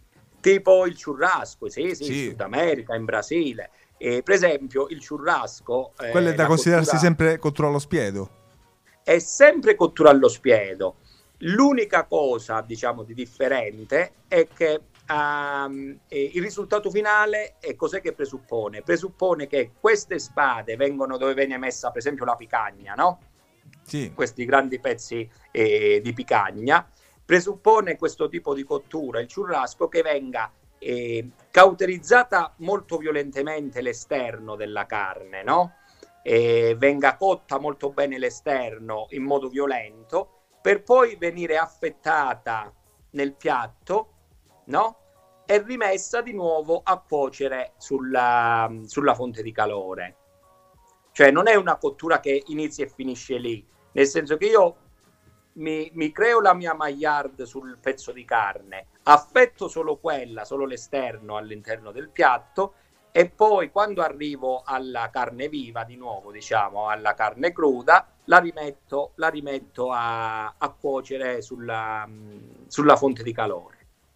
tipo il churrasco, sì, sì, Sì. in Sud America, in Brasile. E, per esempio, il churrasco... eh, Quello è da la considerarsi cottura- sempre cottura allo spiedo. è sempre cottura allo spiedo. L'unica cosa, diciamo, di differente è che ehm, eh, il risultato finale è cos'è che presuppone? Presuppone che queste spade vengono dove viene messa, per esempio, la picagna, no? Sì. Questi grandi pezzi eh, di picagna. Presuppone questo tipo di cottura, il churrasco, che venga eh, cauterizzata molto violentemente l'esterno della carne, no? E venga cotta molto bene l'esterno in modo violento, per poi venire affettata nel piatto, no? E rimessa di nuovo a cuocere sulla, sulla fonte di calore. Cioè non è una cottura che inizia e finisce lì, nel senso che io mi, mi creo la mia maillard sul pezzo di carne, affetto solo quella, solo l'esterno all'interno del piatto, e poi quando arrivo alla carne viva, di nuovo, diciamo, alla carne cruda, la rimetto, la rimetto a, a cuocere sulla, sulla fonte di calore.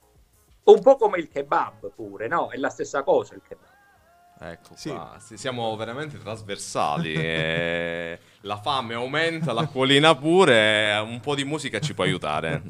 Un po' come il kebab pure, no? È la stessa cosa il kebab. Ecco Sì. qua, sì, siamo veramente trasversali. e la fame aumenta, l'acquolina pure, un po' di musica ci può aiutare.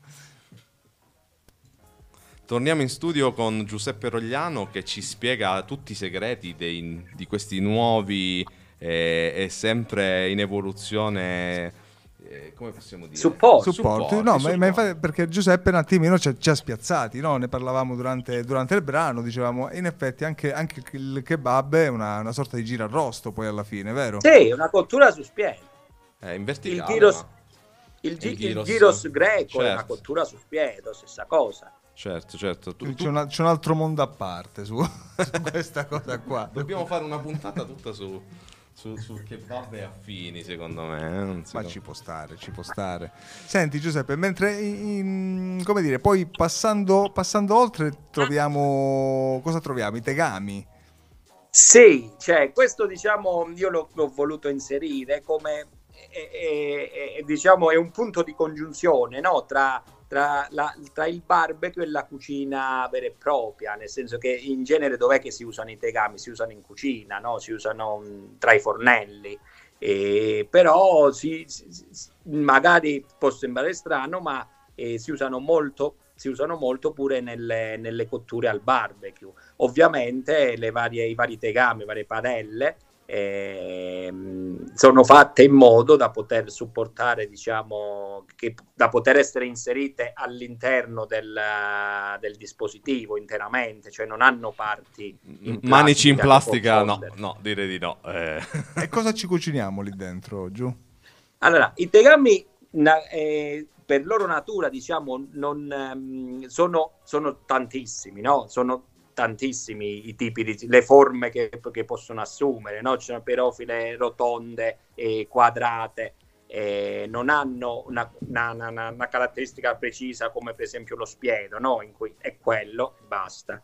Torniamo in studio con Giuseppe Rogliano che ci spiega tutti i segreti dei- di questi nuovi e, e sempre in evoluzione, eh, come possiamo dire? Supporti. Supporti, no, ma, ma infatti perché Giuseppe un attimino ci ha, ci ha spiazzati, no? Ne parlavamo durante, durante il brano, dicevamo in effetti anche, anche il kebab è una, una sorta di girarrosto poi alla fine, vero? Sì, una cottura su spiedo. È in Il verticale. gyros, ma- il, gi- il il gyros- gyros greco è una certo. cottura su spiedo, stessa cosa. Certo, certo. Tu- Quindi tu- C'è, una- c'è un altro mondo a parte su, su questa cosa qua. Dobbiamo fare una puntata tutta su, su, sul kebab e affini, secondo me. eh, non si Ma può- ci può stare, ci può stare. Senti Giuseppe, mentre in- come dire, poi passando, passando oltre troviamo cosa troviamo? I tegami. Sì, cioè questo diciamo io l'ho, l'ho voluto inserire come è, è- è- diciamo è un punto di congiunzione, no? tra, tra, la- tra il barbecue e la cucina vera e propria, nel senso che in genere dov'è che si usano i tegami? Si usano in cucina, no? Si usano mh, tra i fornelli. E però si, si- si- magari può sembrare strano, ma eh, si usano molto, si usano molto pure nelle, nelle cotture al barbecue. Ovviamente le varie, i vari tegami, le varie padelle ehm, sono fatte in modo da poter supportare, diciamo, che, da poter essere inserite all'interno del, del dispositivo interamente, cioè non hanno parti in Manici in plastica che plastica, no, confondere. no, direi di no. eh. E cosa ci cuciniamo lì dentro, giù? Allora, i tegami na- eh, per loro natura, diciamo, non ehm, sono, sono tantissimi, no? Sono tantissimi i tipi di le forme che, che possono assumere, no? Ci sono pirofile rotonde e quadrate. eh, non hanno una, una, una, una caratteristica precisa come per esempio lo spiedo, no? In cui è quello e basta.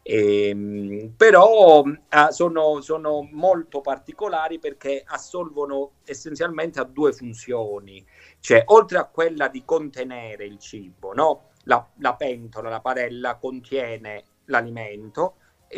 E, però eh, sono, sono molto particolari perché assolvono essenzialmente a due funzioni, cioè oltre a quella di contenere il cibo, no? La, la pentola, la padella contiene l'alimento,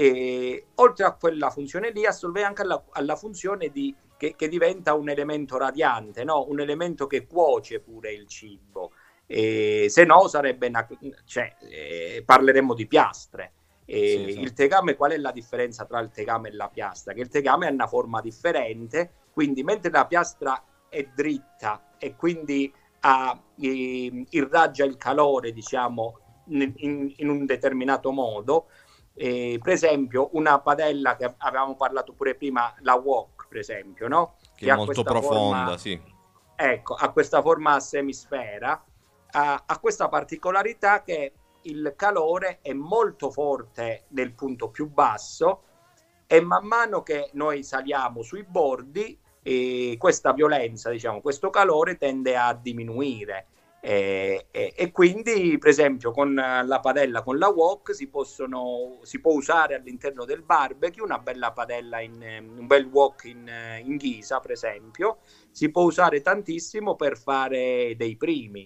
e oltre a quella funzione lì assolve anche alla, alla funzione di, che, che diventa un elemento radiante, no? Un elemento che cuoce pure il cibo, e, se no sarebbe una, cioè, eh, parleremmo di piastre. E sì, sì. Il tegame, qual è la differenza tra il tegame e la piastra? Che il tegame ha una forma differente, quindi mentre la piastra è dritta e quindi ha, eh, irraggia il calore, diciamo, in, in, in un determinato modo. Eh, per esempio una padella che avevamo parlato pure prima, la wok per esempio, no? Che, che è molto profonda, forma, sì. Ecco, ha questa forma a semisfera, ha, ha questa particolarità che il calore è molto forte nel punto più basso e man mano che noi saliamo sui bordi, eh, questa violenza, diciamo, questo calore tende a diminuire. E, e, e quindi per esempio con la padella, con la wok si possono si può usare all'interno del barbecue una bella padella in un bel wok in, in ghisa, per esempio si può usare tantissimo per fare dei primi,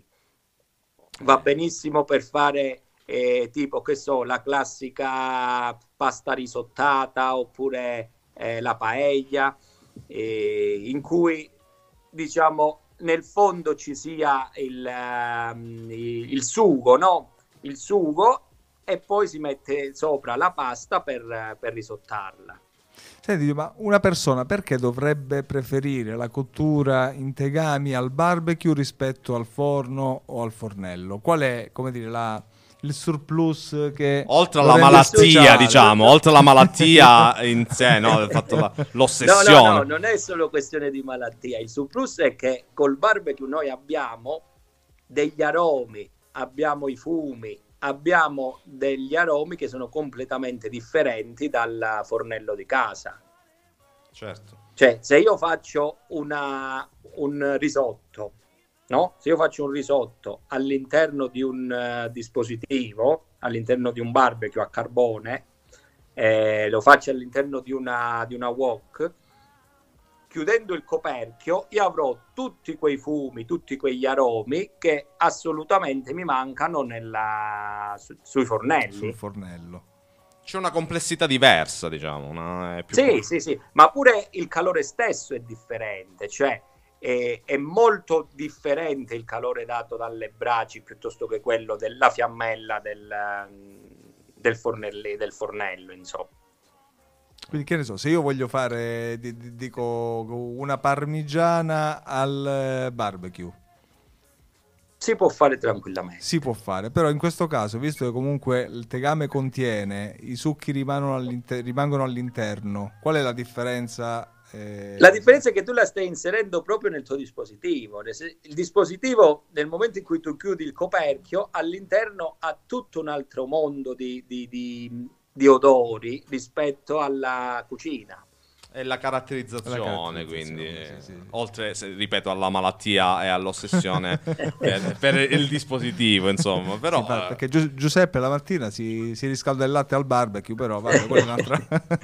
va benissimo per fare eh, tipo che so la classica pasta risottata oppure eh, la paella, eh, in cui diciamo nel fondo ci sia il, um, il sugo, no? Il sugo, e poi si mette sopra la pasta per, per risottarla. Senti, ma una persona perché dovrebbe preferire la cottura in tegami al barbecue rispetto al forno o al fornello? Qual è, come dire, la... il surplus che oltre alla malattia sociale, diciamo oltre alla malattia in sé, no? Il fatto la, l'ossessione. No, no, no, non è solo questione di malattia. Il surplus è che col barbecue noi abbiamo degli aromi, abbiamo i fumi, abbiamo degli aromi che sono completamente differenti dal fornello di casa. Certo. Cioè, se io faccio una, un risotto, no? Se io faccio un risotto all'interno di un uh, dispositivo, all'interno di un barbecue a carbone, eh, lo faccio all'interno di una, di una wok, chiudendo il coperchio, io avrò tutti quei fumi, tutti quegli aromi che assolutamente mi mancano nella, su, sui fornelli. Sul fornello. C'è una complessità diversa, diciamo. No? È più sì, sì, sì, ma pure il calore stesso è differente, cioè è, è molto differente il calore dato dalle braci piuttosto che quello della fiammella del, del, fornelli, del fornello, insomma. Quindi che ne so, se io voglio fare, dico, una parmigiana al barbecue, si può fare tranquillamente. Si può fare, però in questo caso, visto che comunque il tegame contiene, i succhi rimangono, all'inter- rimangono all'interno, qual è la differenza? Eh... La differenza è che tu la stai inserendo proprio nel tuo dispositivo. Il dispositivo, nel momento in cui tu chiudi il coperchio, all'interno ha tutto un altro mondo di, di, di, di odori rispetto alla cucina. È la caratterizzazione, la caratterizzazione quindi, sì, sì. Oltre, se, ripeto, alla malattia e all'ossessione per, per il dispositivo, insomma. Però, sì, eh... perché Gi- Giuseppe la mattina si, si riscalda il latte al barbecue, però vabbè, quella è un'altra...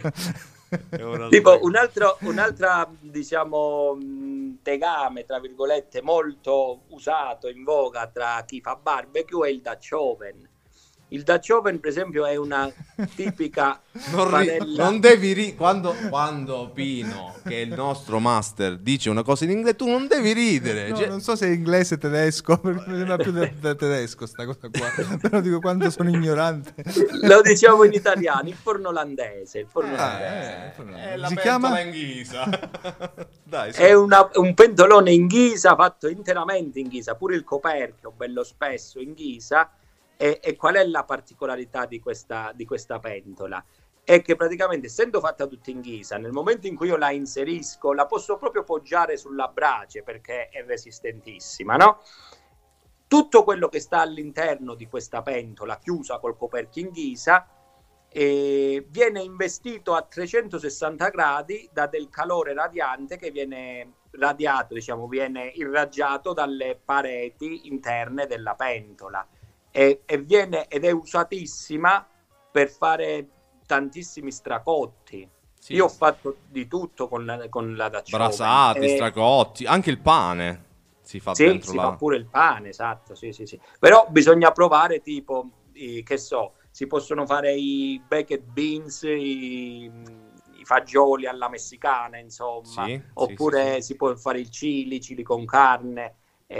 è un'altra... Tipo un altro, un'altra, diciamo, tegame, tra virgolette, molto usato, in voga tra chi fa barbecue è il Dutch oven. Il Dutch oven, per esempio, è una tipica non, padella... ri- non devi ri- quando, quando Pino, che è il nostro master, dice una cosa in inglese, tu non devi ridere. No, cioè... non so se è inglese o tedesco, perché mi sembra più da, da tedesco sta cosa qua. Però dico, quando sono ignorante. Lo diciamo in italiano, il forno olandese. Il forno ah, olandese. Eh, il forno è la si pentola chiama? in ghisa. Dai, è una, un pentolone in ghisa, fatto interamente in ghisa, pure il coperchio, bello spesso in ghisa. E, e qual è la particolarità di questa, di questa pentola? È che praticamente, essendo fatta tutta in ghisa, nel momento in cui io la inserisco, la posso proprio poggiare sulla brace perché è resistentissima, no? Tutto quello che sta all'interno di questa pentola, chiusa col coperchio in ghisa, eh, viene investito a trecentosessanta gradi da del calore radiante che viene radiato, diciamo, viene irraggiato dalle pareti interne della pentola e, e viene ed è usatissima per fare tantissimi stracotti. Sì. Io ho fatto di tutto con la, con la Dutch Brasati, Oven. E- stracotti, anche il pane si fa Sì, dentro si la... fa pure il pane, esatto, sì, sì, sì. Però bisogna provare tipo, i- che so, si possono fare i baked beans, i, i fagioli alla messicana, insomma, Sì, sì, oppure sì, sì. si può fare il chili, chili con carne.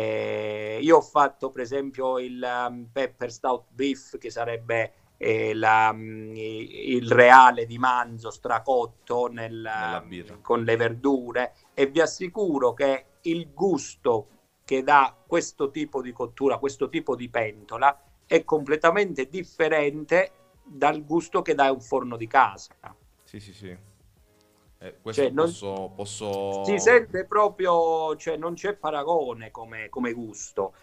Eh, io ho fatto per esempio il um, pepper stout beef, che sarebbe eh, la, mm, il reale di manzo stracotto nel, Nella birra. con le verdure, e vi assicuro che il gusto che dà questo tipo di cottura, questo tipo di pentola, è completamente differente dal gusto che dà un forno di casa. Sì, sì, sì. Eh, questo Cioè, non- posso, posso... Si sente proprio, cioè non c'è paragone come, come gusto.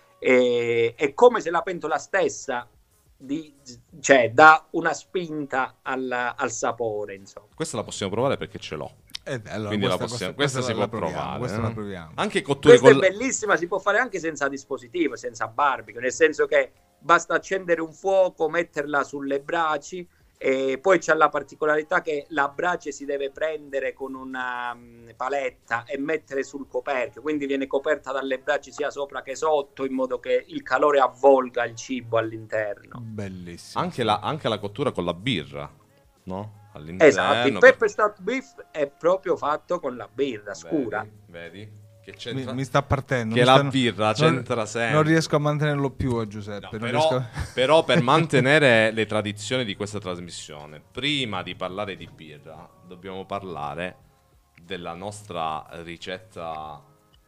E- è come se la pentola stessa di, cioè, dà una spinta al, al sapore, insomma. Questa la possiamo provare perché ce l'ho. Eh, allora, Quindi la questa, possiamo- questa- questa si la- la può proviamo, provare, questa eh. la proviamo. Anche cotture Questa con... è bellissima, si può fare anche senza dispositivo, senza barbecue, nel senso che basta accendere un fuoco, metterla sulle braci, e poi c'è la particolarità che la brace si deve prendere con una um, paletta e mettere sul coperchio, quindi viene coperta dalle braci sia sopra che sotto, in modo che il calore avvolga il cibo all'interno. Bellissimo. Anche la, anche la cottura con la birra, no? All'interno. Esatto, il pepper stout beef è proprio fatto con la birra scura. Vedi? Vedi? Che Mi, c'entra... mi sta partendo. Che mi la sta- birra non- c'entra sempre. Non riesco a mantenerlo più a Giuseppe. No, non però, riesco a- però per mantenere le tradizioni di questa trasmissione, prima di parlare di birra, dobbiamo parlare della nostra ricetta.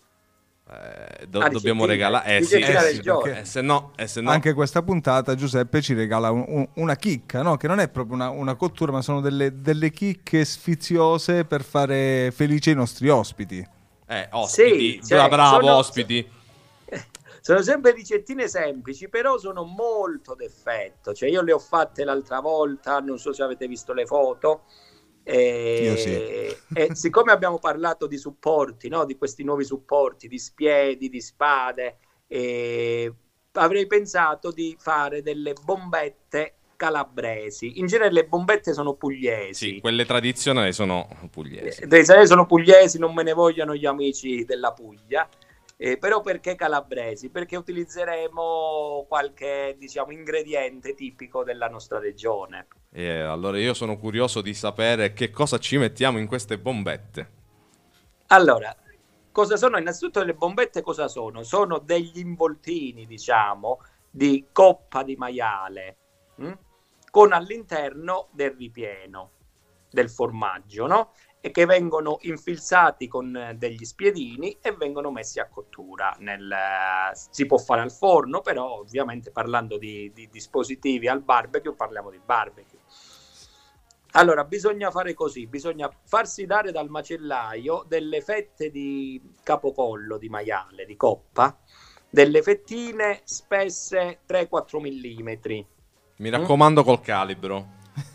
eh, do- Ah, dobbiamo ricettina, regalare. Eh sì, ricettina eh del sì, giorno. perché- eh, se no, eh, se no Anche questa puntata Giuseppe ci regala un- un- una chicca, no? Che non è proprio una, una cottura, ma sono delle, delle chicche sfiziose per fare felici i nostri ospiti. eh, ospiti, Sì, cioè, bravo, sono- ospiti. Sono sempre ricettine semplici, però sono molto d'effetto. Cioè, io le ho fatte l'altra volta, non so se avete visto le foto. E, Io sì. e siccome abbiamo parlato di supporti, no? Di questi nuovi supporti, di spiedi, di spade, e avrei pensato di fare delle bombette calabresi. In genere le bombette sono pugliesi. Sì, quelle tradizionali sono pugliesi. Eh, dei Sarei sono pugliesi, non me ne vogliano gli amici della Puglia. Eh, però perché calabresi? Perché utilizzeremo qualche, diciamo, ingrediente tipico della nostra regione. E allora io sono curioso di sapere che cosa ci mettiamo in queste bombette. Allora, cosa sono? Innanzitutto le bombette cosa sono? Sono degli involtini, diciamo, di coppa di maiale, mh? Con all'interno del ripieno del formaggio, no? E che vengono infilzati con eh, degli spiedini e vengono messi a cottura. Nel, eh, si può fare al forno, però ovviamente parlando di, di dispositivi al barbecue parliamo di barbecue. Allora, bisogna fare così, bisogna farsi dare dal macellaio delle fette di capocollo di maiale, di coppa, delle fettine spesse tre quattro millimetri. Mi raccomando col calibro.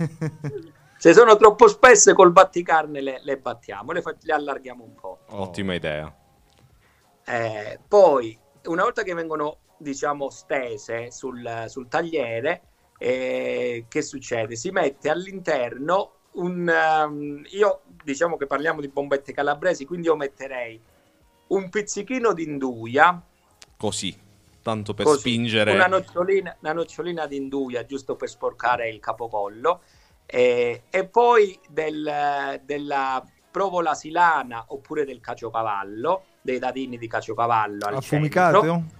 Se sono troppo spesse col batticarne le, le battiamo, le, fa- le allarghiamo un po'. Ottima idea. Eh, poi, una volta che vengono, diciamo, stese sul, sul tagliere, eh, che succede? Si mette all'interno un... um, io, diciamo che parliamo di bombette calabresi, quindi io metterei un pizzichino di induia, Così, tanto per così, spingere. una nocciolina, una nocciolina di induia, giusto per sporcare il capocollo, eh, e poi del, della provola silana oppure del caciocavallo, dei dadini di caciocavallo al Affumicato? centro.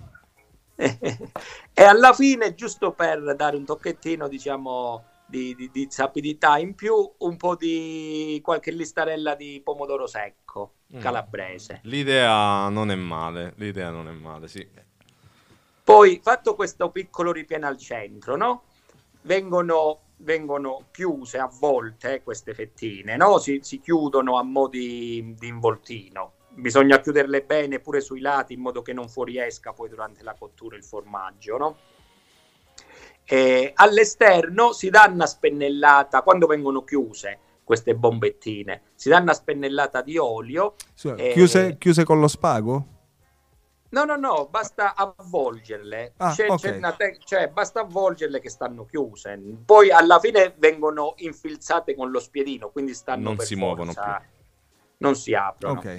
E alla fine, giusto per dare un tocchettino, diciamo, di, di, di sapidità in più, un po' di qualche listarella di pomodoro secco Mm. calabrese. L'idea non è male, l'idea non è male, sì. Poi, fatto questo piccolo ripieno al centro, no? Vengono, vengono chiuse, avvolte queste fettine, no? Si, si chiudono a mo' di, di involtino. Bisogna chiuderle bene pure sui lati in modo che non fuoriesca poi durante la cottura il formaggio, no? E all'esterno si dà una spennellata quando vengono chiuse. queste bombettine. Si dà una spennellata di olio. E... Chiuse, chiuse con lo spago? No, no, no, basta avvolgerle. Ah, c'è, okay. c'è una te- cioè, basta avvolgerle che stanno chiuse. Poi alla fine vengono infilzate con lo spiedino, quindi stanno non per si forza, muovono più. Non si aprono. Ok.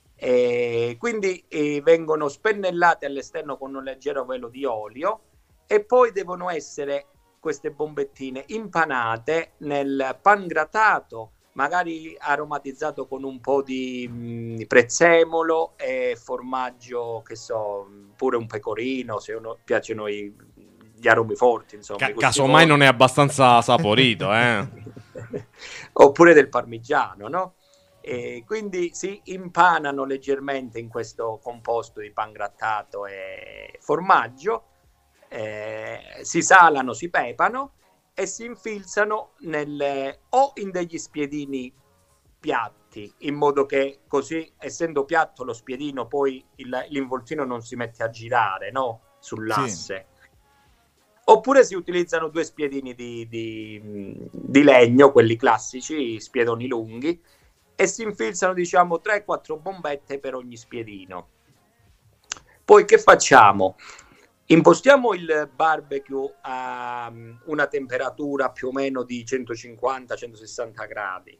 E quindi eh, vengono spennellate all'esterno con un leggero velo di olio e poi devono essere queste bombettine impanate nel pangrattato, magari aromatizzato con un po' di mh, prezzemolo e formaggio, che so, pure un pecorino, se uno piacciono i, gli aromi forti, insomma. Ca- casomai non è abbastanza saporito, eh? Oppure del parmigiano, no? E quindi si impanano leggermente in questo composto di pangrattato e formaggio, eh, si salano, si pepano e si infilzano nelle, o in degli spiedini piatti, in modo che così, essendo piatto lo spiedino, poi il, l'involtino non si mette a girare, no? Sull'asse. Sì. Oppure si utilizzano due spiedini di, di, di legno, quelli classici, spiedoni lunghi, e si infilzano, diciamo, tre quattro bombette per ogni spiedino. Poi che facciamo? Impostiamo il barbecue a una temperatura più o meno di centocinquanta centosessanta gradi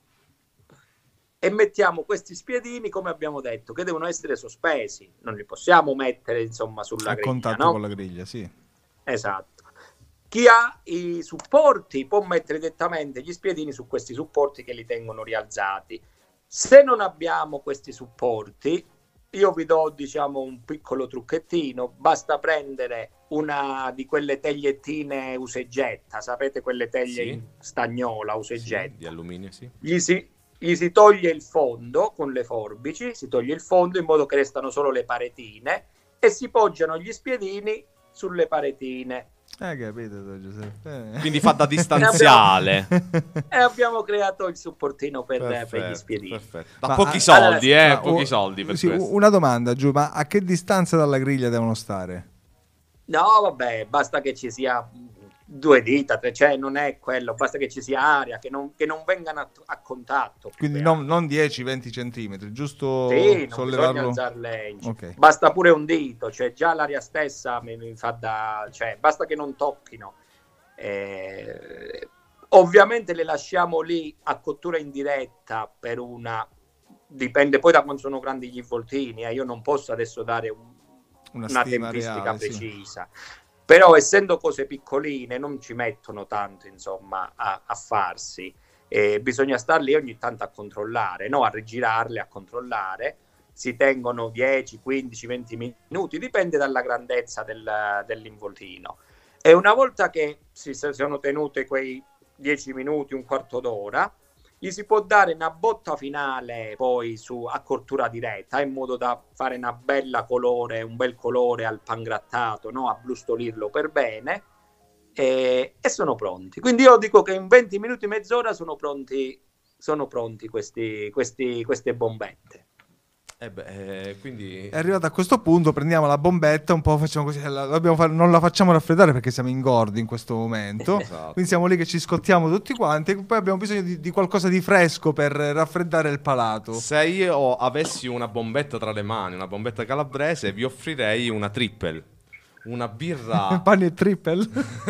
e mettiamo questi spiedini, come abbiamo detto, che devono essere sospesi, non li possiamo mettere, insomma, sulla a griglia, contatto no? con la griglia, sì. Esatto. Chi ha i supporti può mettere direttamente gli spiedini su questi supporti che li tengono rialzati. Se non abbiamo questi supporti, io vi do, diciamo, un piccolo trucchettino. Basta prendere una di quelle tegliettine useggetta, sapete, quelle teglie Sì. in stagnola useggetta, sì, di alluminio, sì. Gli si, gli si toglie il fondo con le forbici, si toglie il fondo in modo che restano solo le paretine e si poggiano gli spiedini sulle paretine. Eh, capito, Giuseppe. Eh. Quindi fa da distanziale. E abbiamo creato il supportino per, Perfetto, per gli spiedini. perfetto. Da Ma- pochi ah, soldi, allora, eh, Ma, pochi oh, soldi per sì, questo. una domanda, Giù, ma a che distanza dalla griglia devono stare? No, vabbè, basta che ci sia due dita, tre, cioè non è quello, basta che ci sia aria, che non, che non vengano a, a contatto. Quindi non, non dieci venti centimetri, giusto Sì, non bisogna sollevarlo? alzarle in giù. Ok. Basta pure un dito, cioè già l'aria stessa mi, mi fa da... cioè basta che non tocchino. Eh, ovviamente le lasciamo lì a cottura indiretta per una... dipende poi da quanto sono grandi gli involtini, eh. Io non posso adesso dare un, Una una stima tempistica reale, sì. precisa. Però essendo cose piccoline non ci mettono tanto, insomma, a, a farsi. Eh, bisogna starli ogni tanto a controllare, no? A rigirarle, a controllare. Si tengono dieci, quindici, venti minuti, dipende dalla grandezza del, dell'involtino. E una volta che si sono tenute quei dieci minuti, un quarto d'ora, gli si può dare una botta finale poi su a cottura diretta, in modo da fare una bella colore, un bel colore al pangrattato, no? Abbrustolirlo per bene, e, e sono pronti. Quindi io dico che in venti minuti, mezz'ora sono pronti, sono pronti questi, questi, queste bombette. Eh beh, eh, quindi... È arrivato a questo punto, prendiamo la bombetta, un po' facciamo così, la, dobbiamo fare, non la facciamo raffreddare perché siamo ingordi in questo momento, Esatto. quindi siamo lì che ci scottiamo tutti quanti e poi abbiamo bisogno di, di qualcosa di fresco per raffreddare il palato. Se io avessi una bombetta tra le mani, una bombetta calabrese, vi offrirei una triple. Una birra... Pani e triple?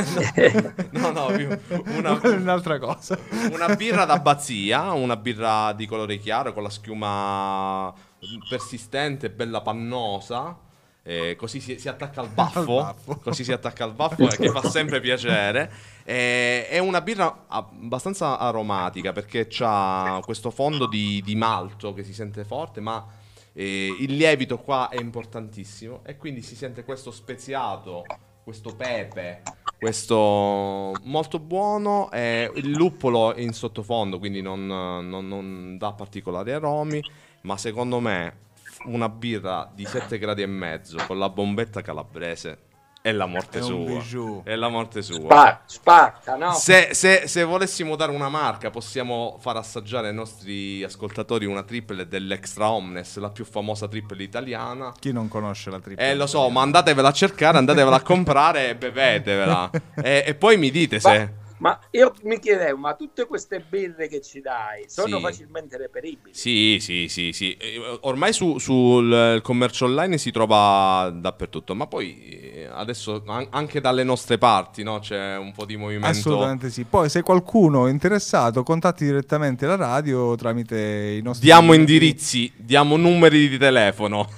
no, no, più una... un'altra cosa. Una birra d'abbazia, una birra di colore chiaro con la schiuma persistente, bella pannosa, eh, così si, si attacca al baffo, Al baffo. così si attacca al baffo, eh, che fa sempre piacere. Eh, è una birra abbastanza aromatica perché ha questo fondo di, di malto che si sente forte, ma eh, il lievito qua è importantissimo e quindi si sente questo speziato, questo pepe, questo molto buono, eh, il luppolo è in sottofondo, quindi non, non, non dà particolari aromi, ma secondo me una birra di sette gradi e mezzo con la bombetta calabrese è la morte È un sua. bijou. È la morte sua. Spacca, spacca, no? Se, se, se volessimo dare una marca, possiamo far assaggiare ai nostri ascoltatori una triple dell'Extra Omnes, la più famosa triple italiana. Chi non conosce la triple? Eh, lo so, ma andatevela a cercare, andatevela a comprare e bevetevela. e, e poi mi dite se... Ma io mi chiedevo, ma tutte queste birre che ci dai sono Sì. facilmente reperibili? Sì, sì, sì, sì. Eh, Ormai su- sul commercio online si trova dappertutto, ma poi eh, adesso an- anche dalle nostre parti, no? C'è un po' di movimento. Assolutamente sì. Poi se qualcuno è interessato, contatti direttamente la radio tramite i nostri Diamo indirizzi, diamo numeri di telefono.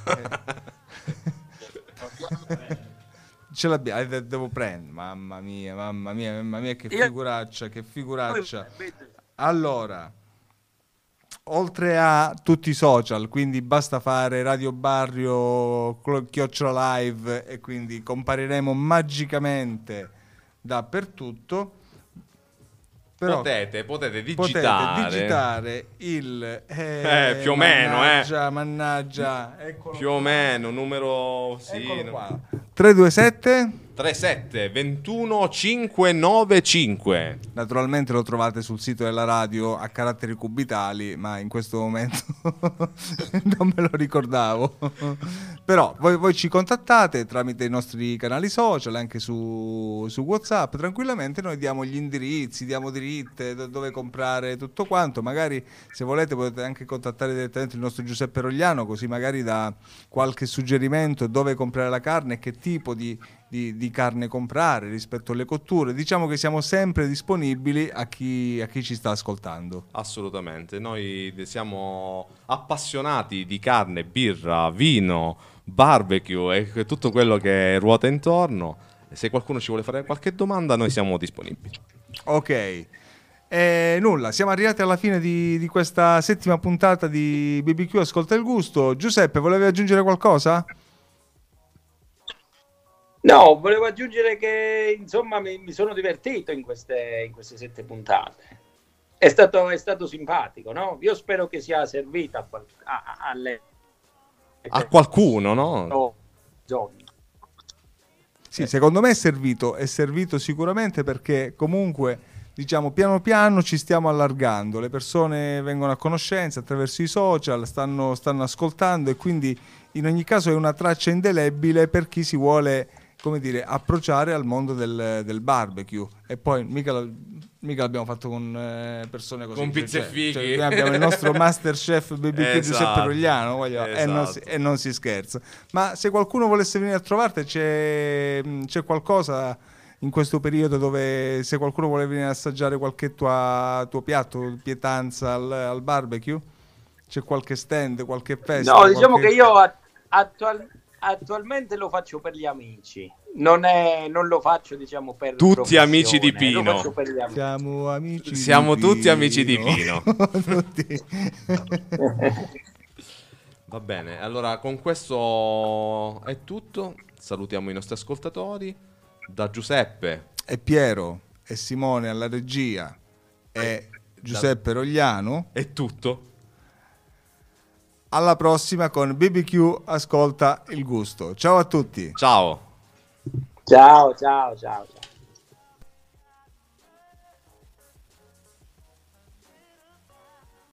Ce l'abbiamo, eh, devo prendere. Mamma mia, mamma mia, mamma mia, che Io- figuraccia, che figuraccia. Allora, oltre a tutti i social, quindi basta fare Radio Barrio, clo- Chiocciola Live e quindi compariremo magicamente dappertutto. Però Potete, potete potete digitare. digitare il Eh, più o meno, eh. mannaggia, mannaggia, eccolo Più o qua. meno, numero sì, Eccolo no. qua. tre due sette. trentasette ventuno cinquecentonovantacinque. Naturalmente lo trovate sul sito della radio a caratteri cubitali, ma in questo momento non me lo ricordavo. Però voi, voi ci contattate tramite i nostri canali social, anche su, su WhatsApp, tranquillamente noi diamo gli indirizzi, diamo dritte, do- dove comprare tutto quanto. Magari se volete potete anche contattare direttamente il nostro Giuseppe Rogliano, così magari dà qualche suggerimento dove comprare la carne e che tipo di Di, di carne comprare rispetto alle cotture. Diciamo che siamo sempre disponibili a chi, a chi ci sta ascoltando. Assolutamente, noi siamo appassionati di carne, birra, vino, barbecue e tutto quello che ruota intorno. E se qualcuno ci vuole fare qualche domanda, noi siamo disponibili. Ok. E nulla, siamo arrivati alla fine di, di questa settima puntata di B B Q Ascolta il Gusto. Giuseppe, volevi aggiungere qualcosa? No, volevo aggiungere che insomma mi, mi sono divertito in queste, in queste sette puntate. È stato, è stato simpatico, no? Io spero che sia servita a, qual- a- a- alle A qualcuno, no? giorni. Sì, secondo me è servito, è servito sicuramente perché comunque, diciamo, piano piano ci stiamo allargando, le persone vengono a conoscenza attraverso i social, stanno, stanno ascoltando e quindi in ogni caso è una traccia indelebile per chi si vuole, come dire, approcciare al mondo del, del barbecue. E poi mica, la- mica l'abbiamo fatto con eh, persone così. Con pizze e cioè, fichi. cioè, noi abbiamo il nostro master chef B B Q Esatto. Giuseppe Rogliano, voglio- e, non si, Esatto. e non si scherza. Ma se qualcuno volesse venire a trovarti, c'è, c'è qualcosa in questo periodo dove se qualcuno vuole venire a assaggiare qualche tua, tuo piatto, pietanza al, al barbecue? C'è qualche stand, qualche festa? No, diciamo qualche- che io a- attual- attualmente lo faccio per gli amici, non, è, non lo faccio diciamo per Tutti amici di professione, Pino. lo faccio per gli amici. Siamo amici Siamo di tutti amici di Pino. Tutti. Va bene, allora con questo è tutto. Salutiamo i nostri ascoltatori. Da Giuseppe. E Piero e Simone alla regia e Giuseppe Rogliano. È tutto. Alla prossima con B B Q Ascolta il Gusto. Ciao a tutti. Ciao. Ciao, ciao, ciao, ciao.